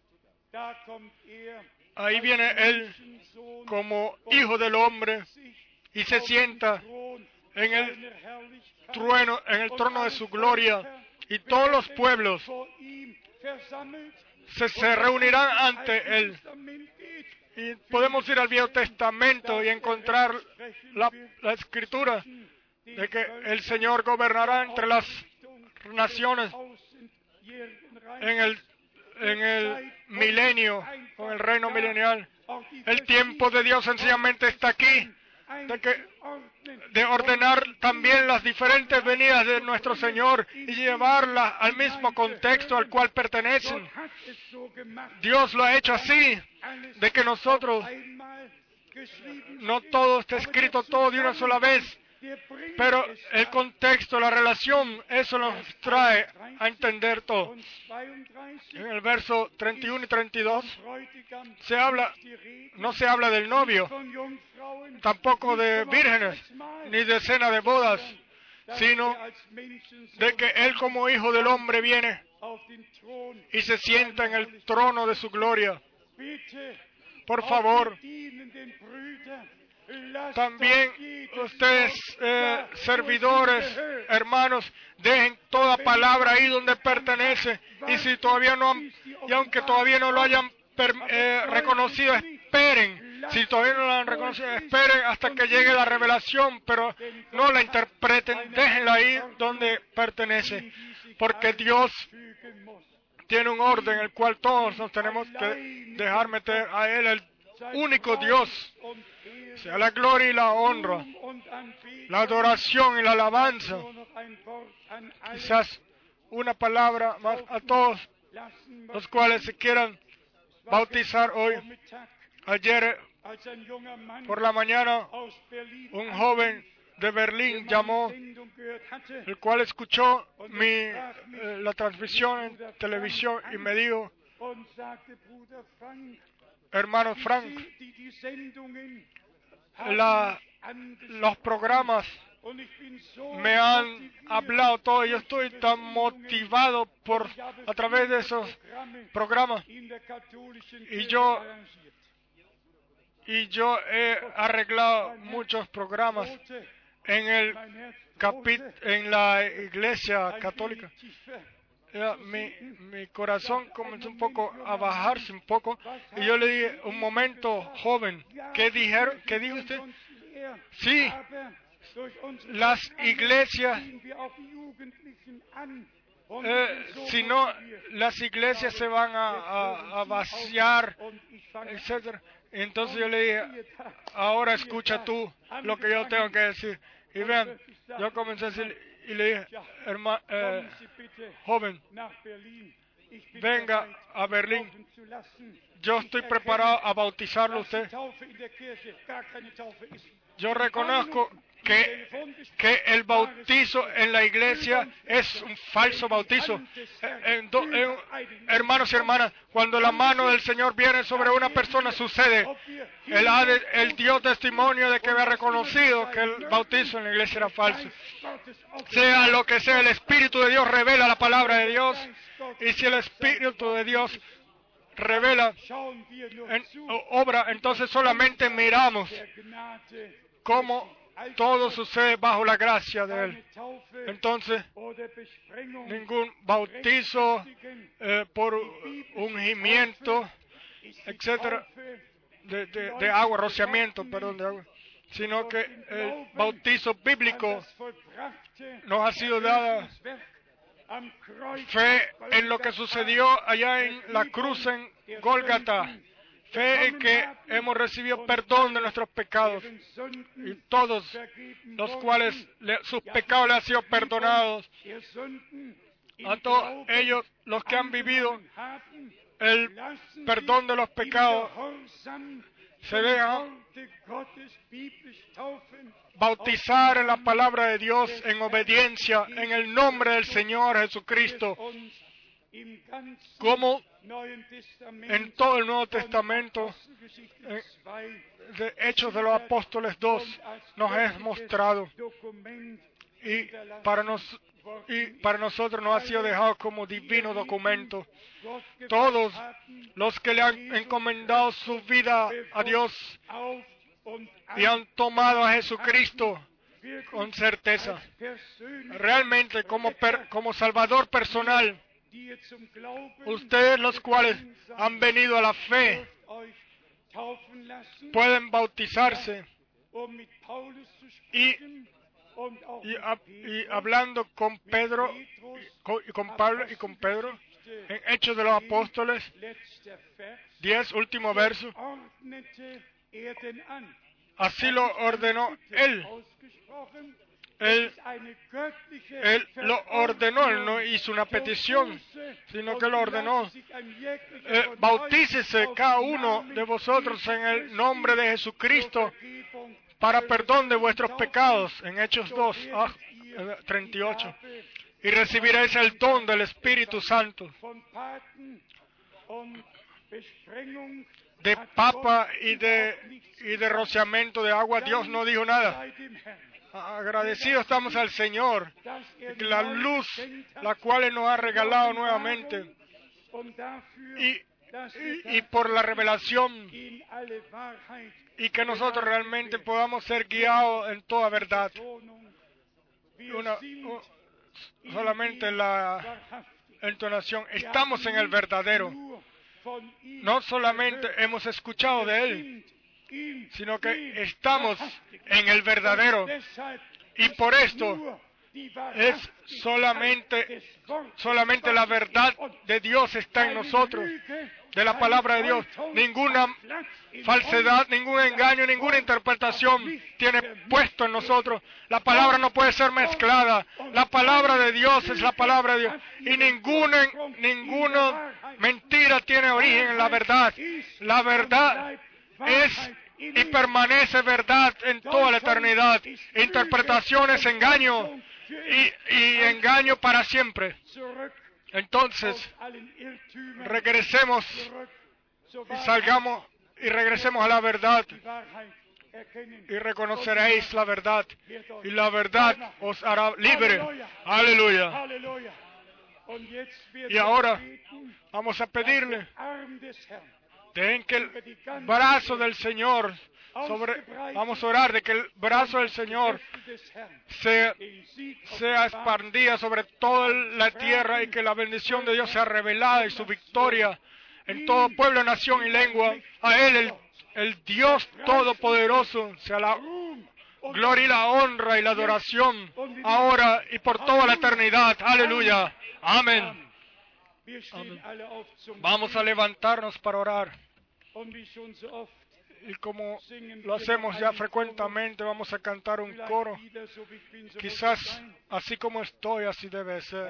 ahí viene Él como Hijo del Hombre y se sienta en el trono de su gloria, y todos los pueblos se reunirán ante Él. Y podemos ir al Viejo Testamento y encontrar la escritura de que el Señor gobernará entre las naciones en el milenio, o el reino milenial. El tiempo de Dios sencillamente está aquí, de ordenar también las diferentes venidas de nuestro Señor y llevarlas al mismo contexto al cual pertenecen. Dios lo ha hecho así, de que nosotros, no todo está escrito todo de una sola vez, pero el contexto, la relación, eso nos trae a entender todo. En el verso 31 y 32 no se habla del novio, tampoco de vírgenes, ni de cena de bodas, sino de que Él como Hijo del Hombre viene y se sienta en el trono de su gloria. Por favor, también ustedes, servidores, hermanos, dejen toda palabra ahí donde pertenece, y si todavía y aunque todavía no lo hayan reconocido, esperen. Si todavía no lo han reconocido, esperen hasta que llegue la revelación, pero no la interpreten, déjenla ahí donde pertenece, porque Dios tiene un orden el cual todos nos tenemos que dejar meter a Él, el único Dios. Sea la gloria y la honra, la adoración y la alabanza. Quizás una palabra más a todos los cuales se quieran bautizar hoy. Ayer por la mañana un joven de Berlín llamó, el cual escuchó la transmisión en televisión y me dijo: hermano Frank, los programas me han hablado todo, y yo estoy tan motivado a través de esos programas, y yo he arreglado muchos programas en la iglesia católica. Mi corazón comenzó un poco a bajarse un poco, y yo le dije: un momento, joven, ¿qué dijo usted? Sí, las iglesias, si no, las iglesias se van a vaciar, etcétera. Entonces yo le dije: ahora escucha tú lo que yo tengo que decir. Y vean, yo comencé a decir, y le dije: joven, venga a Berlín, yo estoy preparado a bautizarlo a usted. Yo reconozco que el bautizo en la iglesia es un falso bautizo. Hermanos y hermanas, cuando la mano del Señor viene sobre una persona, sucede. Él dio testimonio de que había reconocido que el bautizo en la iglesia era falso. Sea lo que sea, el Espíritu de Dios revela la palabra de Dios, y si el Espíritu de Dios revela, obra, entonces solamente miramos cómo todo sucede bajo la gracia de Él. Entonces, ningún bautizo por ungimiento, etcétera, de agua, rociamiento, perdón, de agua, sino que el bautizo bíblico nos ha sido dada fe en lo que sucedió allá en la cruz en Gólgata, fe en que hemos recibido perdón de nuestros pecados, y todos los cuales sus pecados les han sido perdonados, a todos ellos los que han vivido el perdón de los pecados, se dejan bautizar en la palabra de Dios en obediencia en el nombre del Señor Jesucristo, como en todo el Nuevo Testamento, de Hechos de los Apóstoles 2, nos es mostrado, y para nosotros nos ha sido dejado como divino documento. Todos los que le han encomendado su vida a Dios y han tomado a Jesucristo con certeza, realmente como Salvador personal, ustedes los cuales han venido a la fe pueden bautizarse y hablando con Pedro, con Pablo y con Pedro, en Hechos de los Apóstoles 10, último verso, así lo ordenó Él. Él lo ordenó, Él no hizo una petición, sino que lo ordenó. Bautícese cada uno de vosotros en el nombre de Jesucristo para perdón de vuestros pecados, en Hechos 2, 38, y recibiréis el don del Espíritu Santo. De papa y de rociamiento de agua, Dios no dijo nada. Agradecidos estamos al Señor, la luz, la cual Él nos ha regalado nuevamente, y por la revelación, y que nosotros realmente podamos ser guiados en toda verdad. Solamente la entonación, estamos en el verdadero. No solamente hemos escuchado de Él, sino que estamos en el verdadero. Y por esto es solamente la verdad de Dios está en nosotros, de la palabra de Dios. Ninguna falsedad, ningún engaño, ninguna interpretación tiene puesto en nosotros. La palabra no puede ser mezclada. La palabra de Dios es la palabra de Dios. Y ninguna mentira tiene origen en la verdad. La verdad es y permanece verdad en toda la eternidad. Interpretación es engaño, y engaño para siempre. Entonces, regresemos y salgamos y regresemos a la verdad, y reconoceréis la verdad, y la verdad os hará libre. Aleluya. Y ahora vamos a pedirle, dejen que el brazo del Señor vamos a orar de que el brazo del Señor sea expandida sobre toda la tierra, y que la bendición de Dios sea revelada y su victoria en todo pueblo, nación y lengua. A Él, el Dios Todopoderoso, sea la gloria y la honra y la adoración ahora y por toda la eternidad. Aleluya. Amén. Amén. Vamos a levantarnos para orar. Y como lo hacemos ya frecuentemente, vamos a cantar un coro. Quizás así como estoy, así debe ser.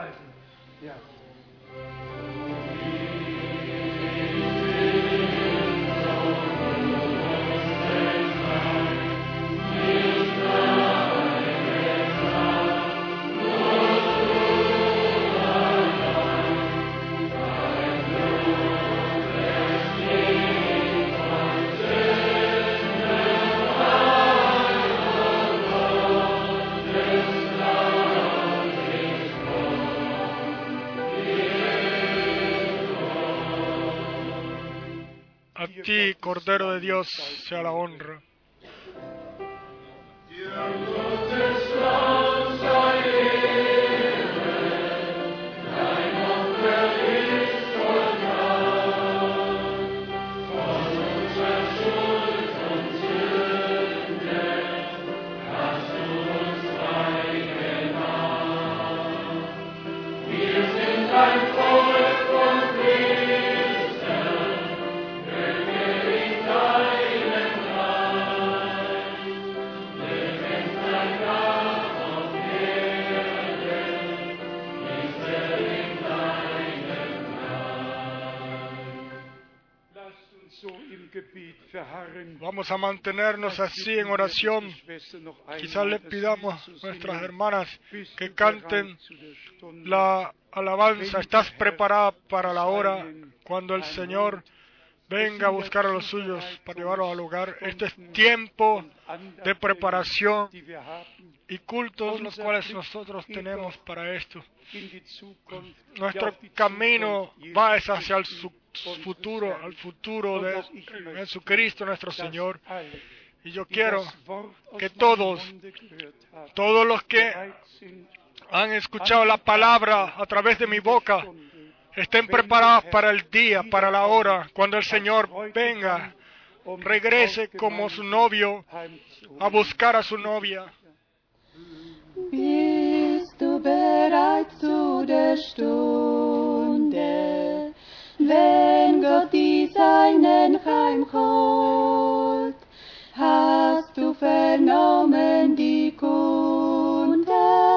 A ti, Cordero de Dios, sea la honra. Vamos a mantenernos así en oración. Quizás le pidamos a nuestras hermanas que canten la alabanza. ¿Estás preparada para la hora cuando el Señor venga a buscar a los suyos para llevarlos al hogar? Este es tiempo de preparación y cultos los cuales nosotros tenemos para esto. Nuestro camino va hacia el futuro, al futuro de Jesucristo nuestro Señor. Y yo quiero que todos los que han escuchado la palabra a través de mi boca, estén preparados para el día, para la hora, cuando el Señor venga, regrese como su novio a buscar a su novia. Bist du bereit zu der Stunde, wenn Gott die Seinen heimholt? Hast du vernommen die Kunde,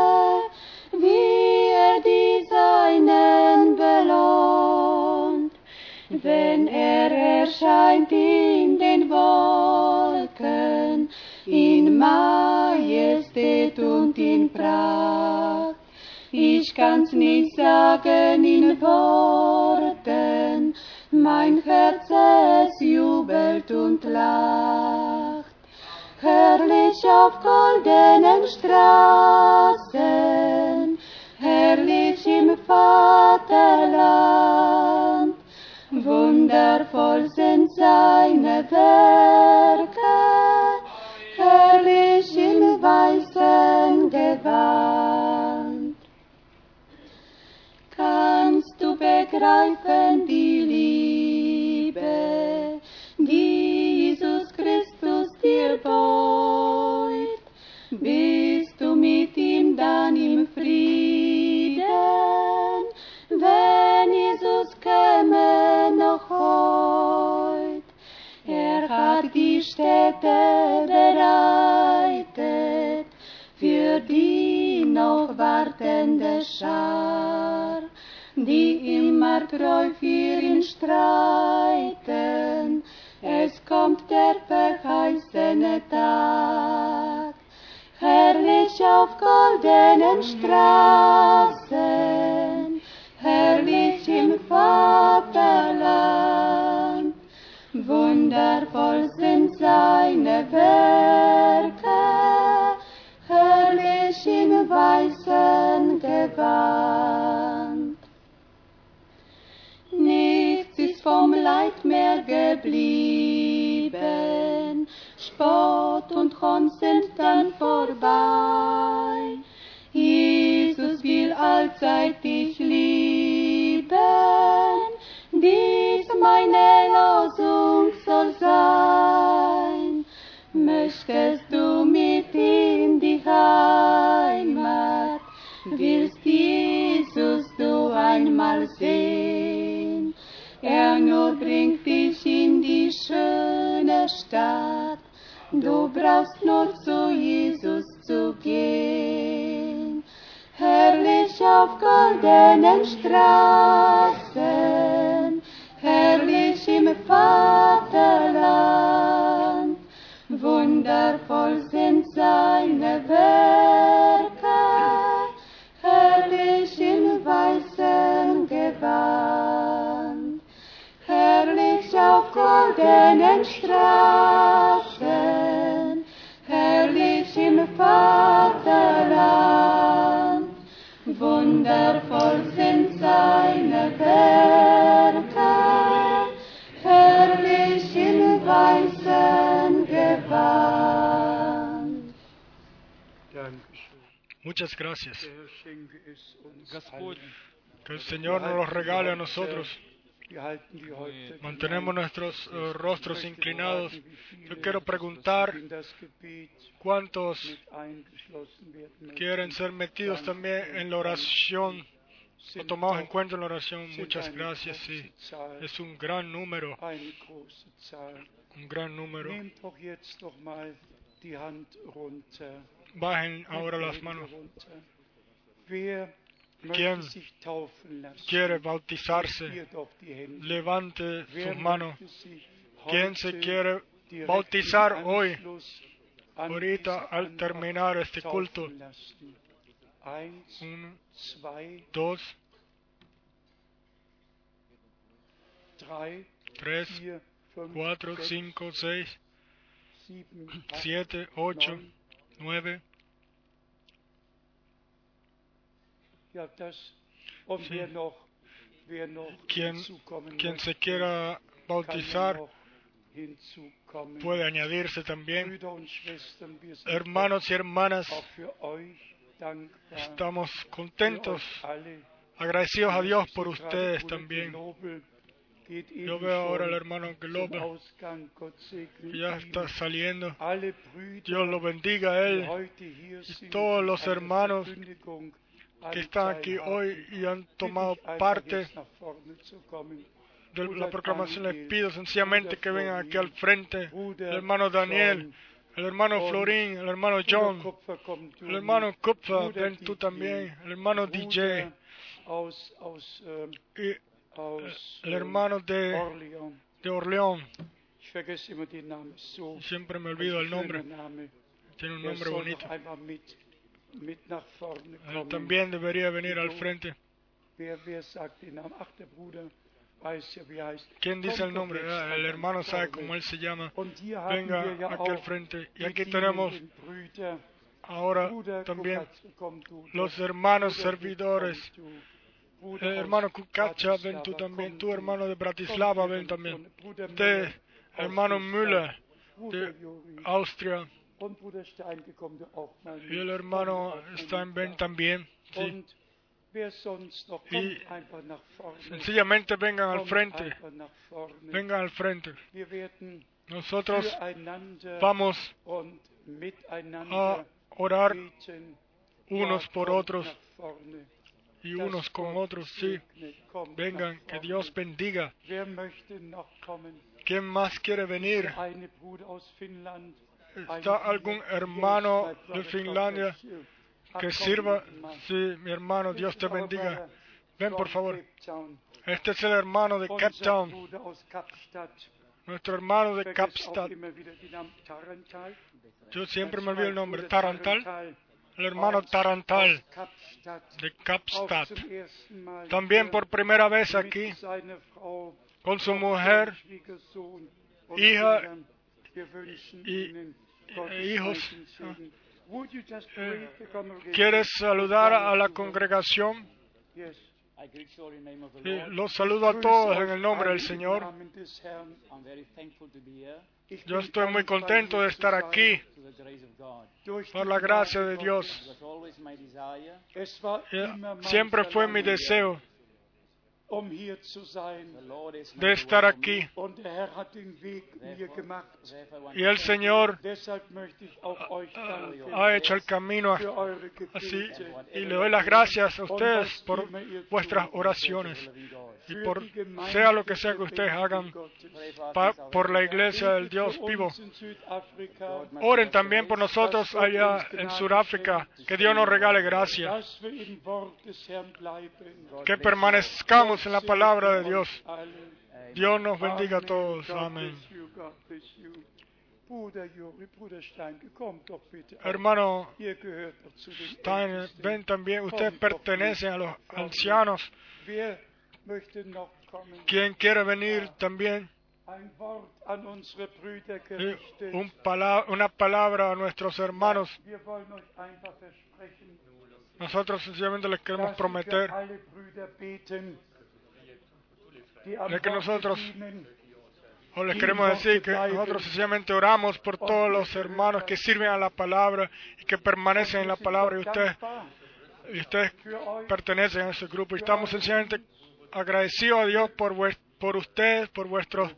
wie die Seinen belohnt? Wenn erscheint in den Wolken, in Majestät und in Pracht. Ich kann's nicht sagen in Worten, mein Herz es jubelt und lacht. Herrlich auf goldenen Straßen, herrlich im Vaterland, wundervoll sind seine Werke, herrlich im weißen Gewand. Kannst du begreifen die Liebe, die Jesus Christus dir beut? Bist du mit ihm dann im Frieden, wenn Jesus käme noch heut? Er hat die Städte bereitet für die noch wartende Schar, die immer treu für ihn streiten. Es kommt der verheißene Tag, herrlich auf goldenen Straßen, herrlich im Vaterland. Wundervoll sind seine Werke, herrlich im weißen Gewand. Nichts ist vom Leid mehr geblieben, Spott und Hohn sind dann vorbei. Jesus will allzeit dich lieben, dies meine Losung soll sein. Möchtest du mit in die Heimat, willst Jesus du einmal sehen? Er nur bringt dich in die schöne Stadt, du brauchst nur zu Jesus zu gehen. Herrlich auf goldenen Straßen, herrlich im Vaterland, wundervoll sind seine Werke, herrlich im weißen Gewand. Herrlich auf goldenen Straßen, herrlich im Vaterland, wundervoll sind seine Werke, herrlich im weißen Gewand. Muchas gracias. Que el Señor nos los regale a nosotros. Mantenemos nuestros rostros inclinados. Yo quiero preguntar cuántos quieren ser metidos también en la oración o tomados en cuenta en la oración. Muchas gracias. Sí, es un gran número. Un gran número. Bajen ahora las manos. ¿Quién quiere bautizarse? Levante sus manos. ¿Quién se quiere bautizar hoy, ahorita al terminar este culto? 1, 2, 3, 4, 5, 6, 7, 8, 9. Sí. Quien se quiera bautizar puede añadirse también. Hermanos y hermanas, estamos contentos, agradecidos a Dios por ustedes también. Yo veo ahora al hermano Globe, que ya está saliendo. Dios lo bendiga a él y todos los hermanos que están aquí hoy y han tomado parte de la proclamación. Les pido sencillamente que vengan aquí al frente. El hermano Daniel, el hermano Florín, el hermano John, el hermano Kupfer, ven tú también, el hermano DJ, y el hermano de Orleón. Siempre me olvido el nombre. Tiene un nombre bonito. Él también debería venir al frente. ¿Quién dice el nombre? El hermano sabe cómo él se llama. Venga aquí al frente. Y aquí tenemos ahora también los hermanos servidores. El hermano Kukacha, ven tú también. Tu hermano de Bratislava, ven también. Usted, hermano Müller, de Austria. Y el hermano Stein, ven también. Sí. Y sencillamente vengan al frente. Vengan al frente. Nosotros vamos a orar unos por otros y unos con otros. Sí. Vengan, que Dios bendiga. ¿Quién más quiere venir? ¿Está algún hermano de Finlandia que sirva? Sí, mi hermano, Dios te bendiga. Ven, por favor. Este es el hermano de Cape Town. Nuestro hermano de Kapstad. Yo siempre me olvido el nombre. Tarantal. El hermano Tarantal de Kapstad. También por primera vez aquí, con su mujer, hija y hijos. ¿Quieres saludar a la congregación? Los saludo a todos en el nombre del Señor. Yo estoy muy contento de estar aquí por la gracia de Dios. Siempre fue mi deseo de estar aquí. Y el Señor ha hecho el camino así. Y le doy las gracias a ustedes por vuestras oraciones. Y por sea lo que sea que ustedes hagan por la iglesia del Dios vivo. Oren también por nosotros allá en Sudáfrica. Que Dios nos regale gracia. Que permanezcamos en la palabra de Dios. Dios nos bendiga a todos. Amén. Hermano Stein, ven también. Ustedes pertenecen a los ancianos. ¿Quién quiere venir también? Una palabra a nuestros hermanos. Nosotros sencillamente les queremos prometer de que nosotros, o les queremos decir que nosotros sencillamente oramos por todos los hermanos que sirven a la palabra y que permanecen en la palabra, y ustedes pertenecen a ese grupo. Y estamos sencillamente agradecidos a Dios por ustedes, por vuestros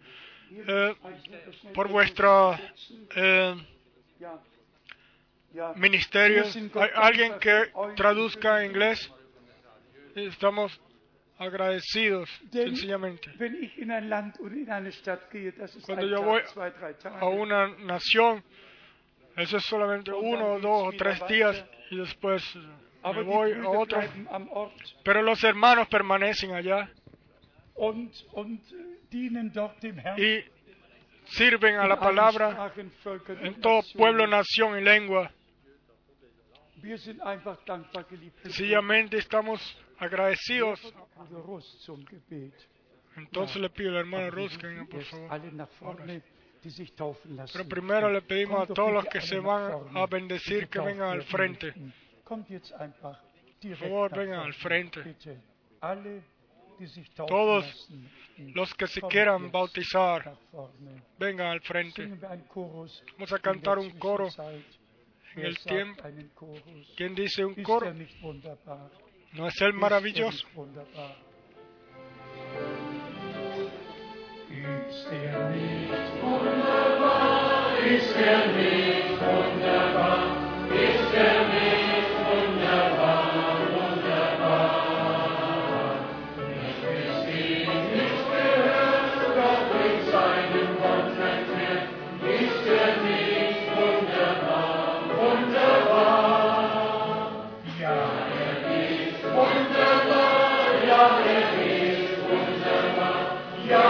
ministerios. ¿Hay alguien que traduzca en inglés? Estamos agradecidos, sencillamente. Cuando yo voy a una nación, eso es solamente 1, 2 o 3 días y después me voy a otro. Pero los hermanos permanecen allá y sirven a la palabra en todo pueblo, nación y lengua. Sencillamente estamos agradecidos. Entonces le pido al hermano Rus que venga, por favor. Pero primero le pedimos a todos los que se van a bendecir que vengan al frente. Por favor, vengan al frente. Todos los que se quieran bautizar, vengan al frente. Vamos a cantar un coro en el tiempo. ¿Quién dice un coro? ¿No es él maravilloso? Ist nicht wunderbar? Ist nicht wunderbar? Ist nicht wunderbar? Wunderbar. Nicht gesehen, nicht gehört, doch in seinem Wort erklärt. Ist nicht wunderbar? Wunderbar. Ja, ist wunderbar. Ja, ist wunderbar. Ja,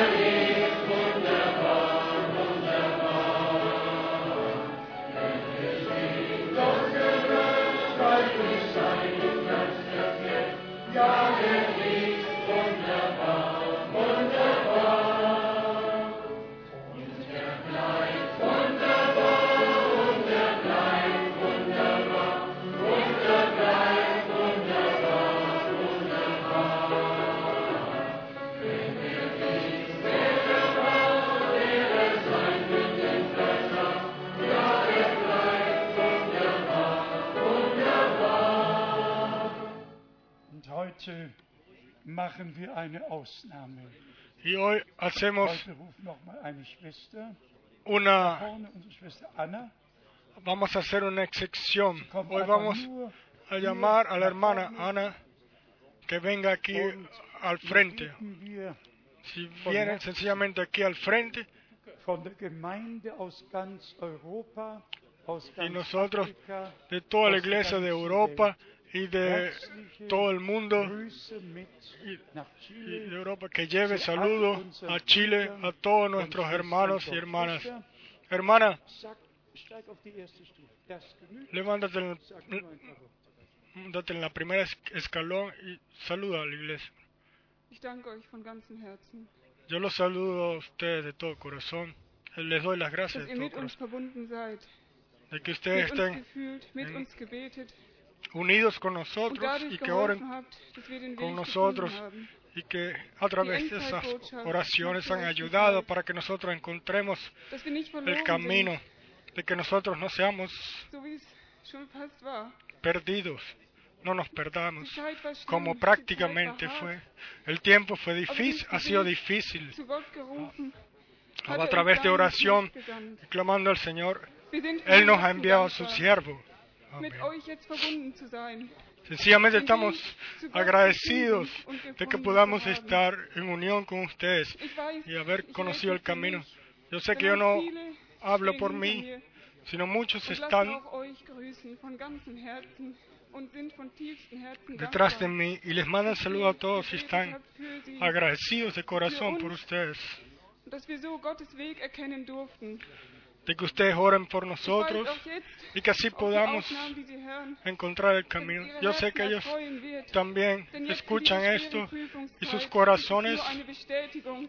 machen wir eine Ausnahme. Y hoy hacemos Heute ruft noch mal eine Schwester. una, Vorne unsere Schwester Anna. vamos a hacer una excepción. Kommt Hoy einfach vamos nur a llamar a la nach hermana vorne. Ana que venga aquí Und al frente. bitten wir Si vienen sencillamente aquí al frente, von der Gemeinde aus ganz Europa, aus y ganz nosotros Afrika, de toda la aus der iglesia de ganzen Europa Welt. y de todo el mundo Grüße mit nach y Chile. de Europa, que lleve saludos a Chile, a todos nuestros hermanos y hermanas. Hermana, Steig auf die erste Stufe. Das genügt. levántate Sag nur ein paar Worte. date en la primera escalón y saluda a la iglesia. Ich danke euch von ganzem Herzen, Yo los saludo a ustedes de todo corazón. Les doy las gracias dass de ihr todo mit uns corazón. verbunden seid, De que ustedes mit uns estén gefühlt, mit uns gebetet unidos con und nosotros dadurch y que geholfen oren habt, dass wir den con Weg nosotros gefunden haben. y que a través de esas oraciones han ayudado para que nosotros encontremos Dass wir nicht el verloren camino, sind, de que nosotros no seamos so wie es schon fast war. perdidos, no nos Die perdamos, Zeit war schlimm, como die prácticamente Zeit war fue. hart, El tiempo fue aber difícil, durch ha sido Gebet difícil. zu Gott gerufen, hat A er través uns de seinen oración, Knecht gesandt. clamando al Señor, Wir sind von Él nos ha Herzen enviado a su dankbar, siervo. mit Amén. euch jetzt verbunden zu sein. Sencillamente estamos agradecidos de que podamos estar en unión con ustedes Ich weiß, y haber ich conocido rede el für camino. mich, Yo sé que yo sondern no viele hablo stehen por hinter mí, mir sino muchos und lassen están auch euch grüßen von ganzem Herzen und sind von tiefstem Herzen detrás de dankbar, mí y les mandan saludo a todos y gebetet están habt für sie agradecidos de corazón por ustedes, und dass wir so Gottes Weg erkennen durften. de que ustedes oren por Ich weiß nosotros auch jetzt, y que así auf die podamos Aufnahmen, die sie hören, encontrar el dass camino. es ihre Yo sé Herzen que ellos erfreuen wird. también Denn jetzt in escuchan dieser esto schweren y Prüfungszeit sus ist es corazones nur eine Bestätigung.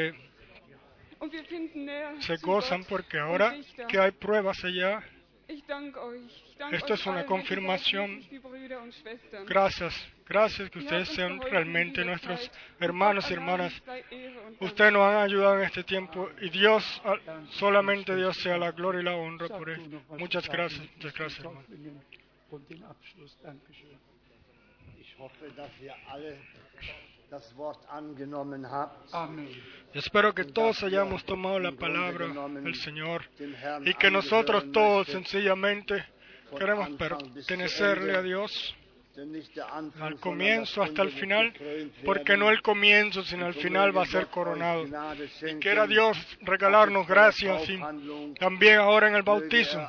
Und wir finden näher se zu gozan Gott porque und ahora Richter. que hay pruebas allá, Ich danke euch. Ich danke esto euch es una allen, confirmación. ihr seid wirklich wie Brüder und Schwestern. gracias que ustedes sean realmente nuestros hermanos y hermanas. Ustedes nos han ayudado en este tiempo y Dios, solamente Dios sea la gloria y la honra por esto. Muchas gracias, hermano. Und den Abschluss. Dankeschön. Ich hoffe, dass ihr alle das Wort angenommen habt. Amen. Espero que todos hayamos tomado la palabra del Señor y que nosotros todos sencillamente queremos pertenecerle a Dios al comienzo hasta el final, porque no el comienzo sino el final va a ser coronado. Y quiera Dios regalarnos gracias y también ahora en el bautismo.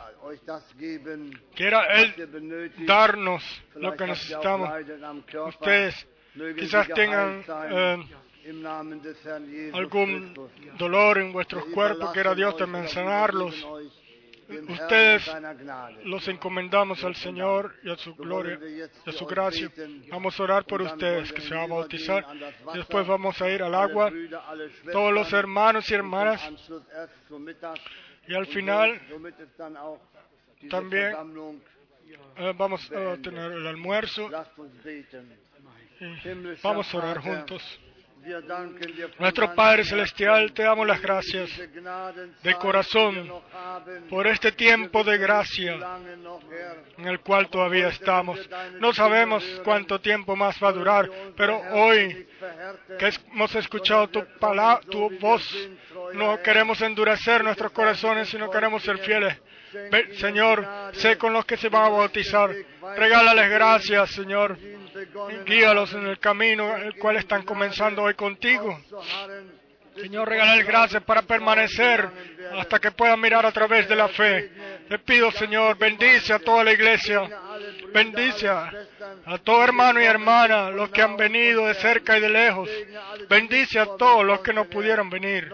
Quiera Él darnos lo que necesitamos. Ustedes quizás tengan algún dolor en vuestros cuerpos, quiera Dios también sanarlos. Ustedes los encomendamos al Señor y a su gloria y a su gracia. Vamos a orar por ustedes que se van a bautizar y después vamos a ir al agua, todos los hermanos y hermanas, y al final también vamos a tener el almuerzo y vamos a orar juntos. Nuestro Padre Celestial, te damos las gracias de corazón por este tiempo de gracia en el cual todavía estamos. No sabemos cuánto tiempo más va a durar, pero hoy que hemos escuchado tu voz, no queremos endurecer nuestros corazones, sino queremos ser fieles. Señor, sé con los que se van a bautizar. Regálales gracias, Señor. Guíalos en el camino el cual están comenzando hoy contigo. Señor, regálales gracias para permanecer hasta que puedan mirar a través de la fe. Te pido, Señor, bendice a toda la iglesia. Bendice a todo hermano y hermana, los que han venido de cerca y de lejos. Bendice a todos los que no pudieron venir.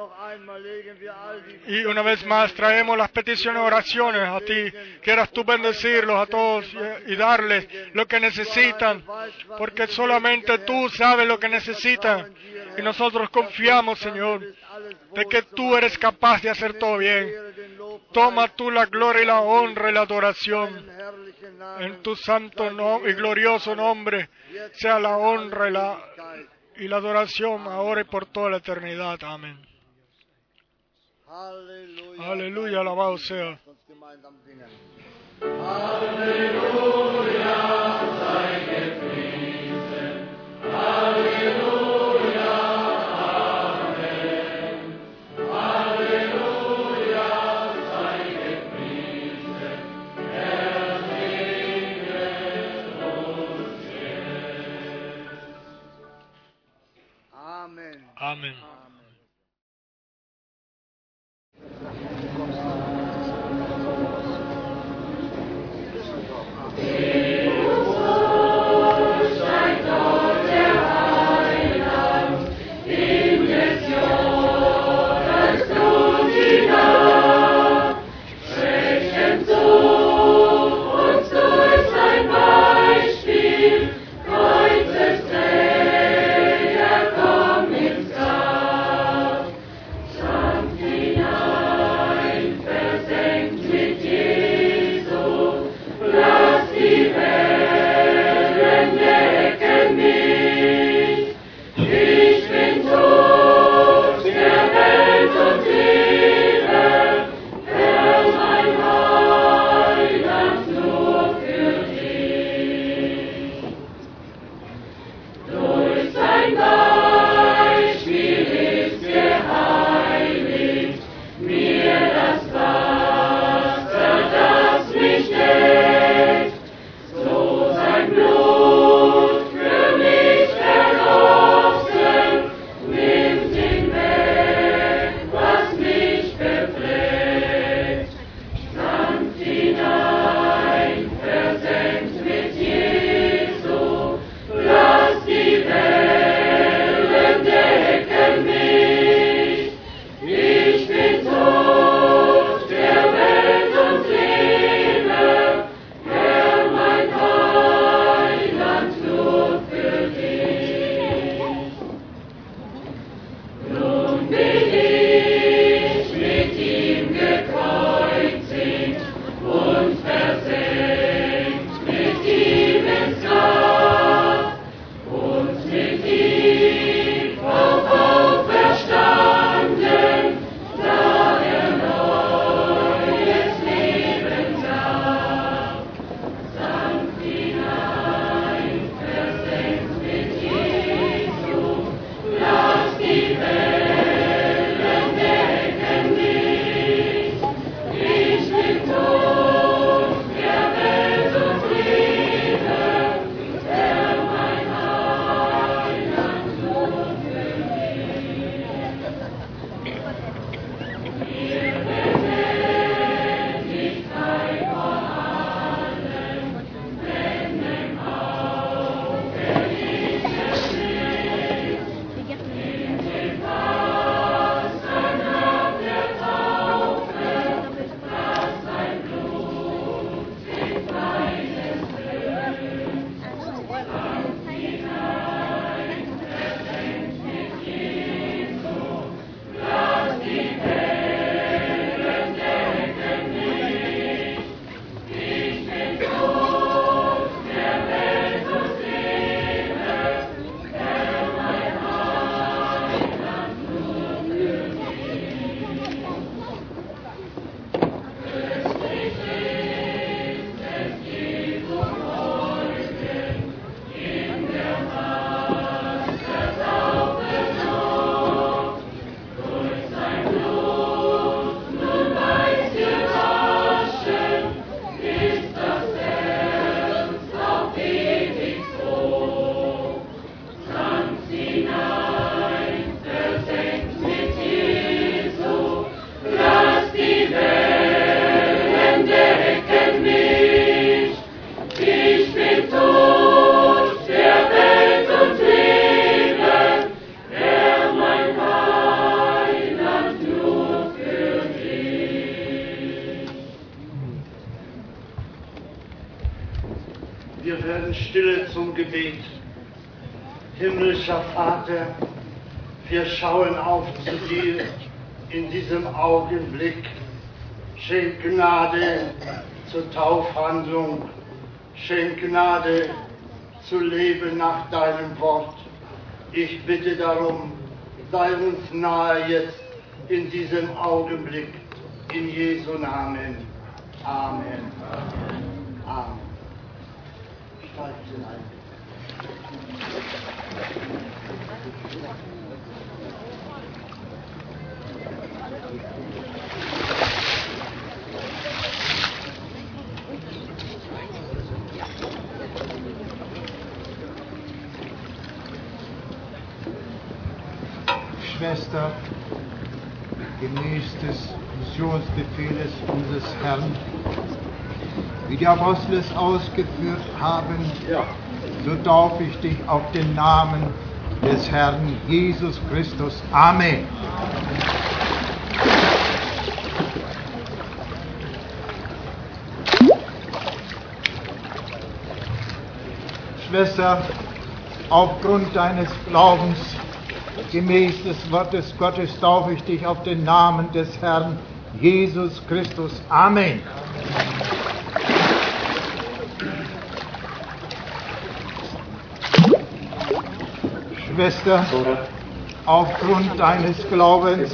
Y una vez más traemos las peticiones y oraciones a ti. Quieras tú bendecirlos a todos y darles lo que necesitan, porque solamente tú sabes lo que necesitan. Y nosotros confiamos, Señor, de que tú eres capaz de hacer todo bien. Toma tú la gloria y la honra y la adoración. En tu santo y glorioso nombre sea la honra y la adoración ahora y por toda la eternidad. Amén. Aleluya, alabado sea. Aleluya, sei gepriesen. Aleluya, Amen. Aleluya, sei gepriesen. Er segnet uns jetzt. Amen. Amén. Deus Wir werden stille zum Gebet. Himmlischer Vater, wir schauen auf zu dir in diesem Augenblick. Schenk Gnade zur Taufhandlung. Schenk Gnade zu leben nach deinem Wort. Ich bitte darum, sei uns nahe jetzt in diesem Augenblick. In Jesu Namen. Amen. Amen. Steigt hinein. Schwester, gemäß des Missionsbefehles unseres Herrn, wie die Apostel es ausgeführt haben, so taufe ich dich auf den Namen des Herrn Jesus Christus. Amen. Schwester, aufgrund deines Glaubens, gemäß des Wortes Gottes, taufe ich dich auf den Namen des Herrn Jesus Christus. Amen. Schwester, aufgrund deines Glaubens,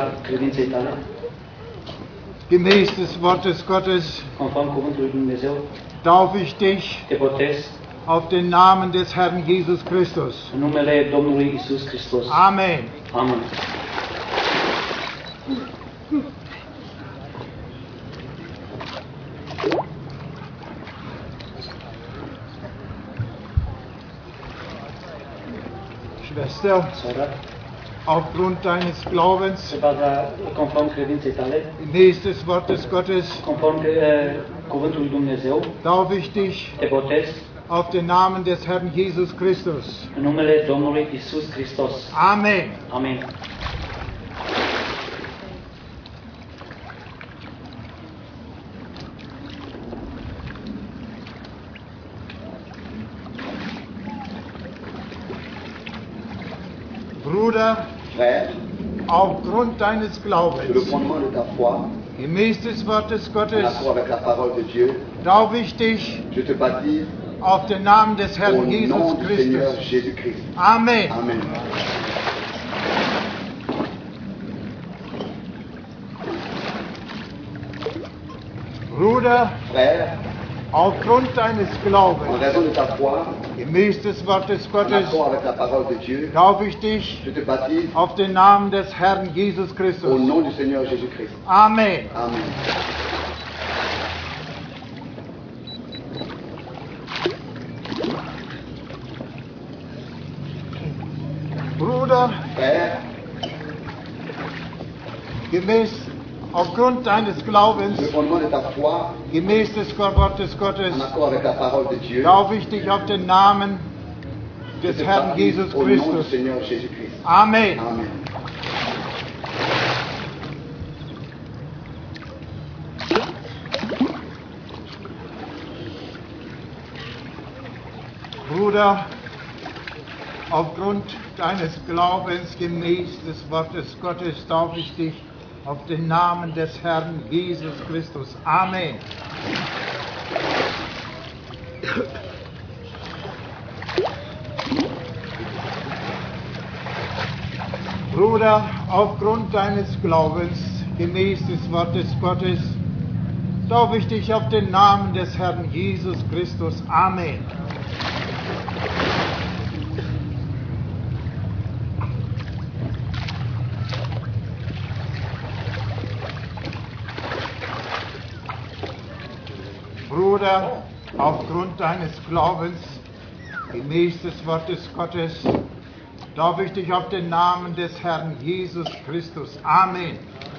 gemäß des Wortes Gottes, taufe ich dich auf den Namen des Herrn Jesus Christus. Amen. Amen. Schwester, aufgrund deines Glaubens, gemäß des Wortes Gottes, taufe ich dich auf den Namen des Herrn Jesus Christus. Amen. Amen. Bruder, Frère, aufgrund deines sur le Glaubens, fondement de ta foi, gemäß des Wortes en Gottes, accord avec la parole de Dieu, taufe ich dich je te baptise auf den Namen des au Herrn nom Jesus du Seigneur Christus. Jésus-Christ. Amen. Amen. Bruder, Frère, aufgrund deines en Glaubens, raison de ta foi, gemäß des Wortes en Gottes, accord avec la parole de Dieu, taufe ich dich je te baptise auf den Namen des Herrn Jesus au Christus. nom du Seigneur Jésus-Christ. Amen. Amen. Bruder, Frère, aufgrund deines Glaubens, sur le fondement de ta foi, gemäß des Wortes Gottes, en accord avec la parole de Dieu, taufe ich dich auf den Namen je des te Herrn baptise Jesus au nom du Christus. Seigneur Jésus-Christ. Amen. Amen. Bruder, aufgrund deines Glaubens, gemäß des Wortes Gottes, taufe ich dich auf den Namen des Herrn Jesus Christus. Amen. Bruder, aufgrund deines Glaubens, gemäß des Wortes Gottes, taufe ich dich auf den Namen des Herrn Jesus Christus. Amen. Bruder, aufgrund deines Glaubens, gemäß des Wortes Gottes, taufe ich dich auf den Namen des Herrn Jesus Christus. Amen.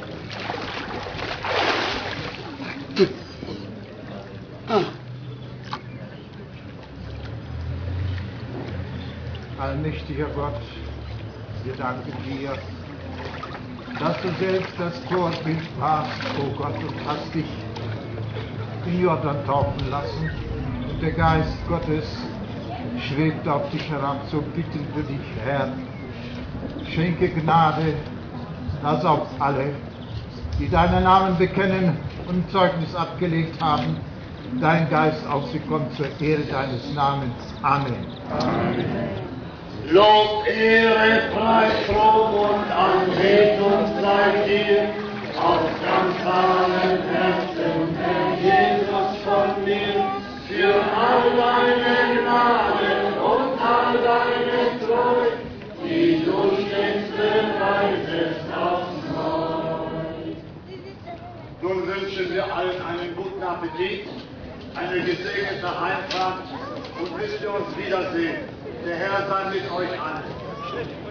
Allmächtiger Gott, wir danken dir, dass du selbst das Vorbild warst, o Gott, und hast dich in Jordan taufen lassen. der Geist Gottes schwebt auf dich herab, so bitten wir dich, Herr, schenke Gnade, dass auf alle, die deinen Namen bekennen und Zeugnis abgelegt haben, dein Geist auf sie kommt zur Ehre deines Namens. Amen. Amen. Lob, Ehre, Preis, Ruhm und Anbetung sei dir aus ganz wahren Herzen, Herr Jesus von mir, für all deine Gnade und all deine Treue, die du stets beweisest aufs Neue. Nun wünschen wir allen einen guten Appetit, eine gesegnete Heimfahrt und bis wir uns wiedersehen. Der Herr sei mit euch allen.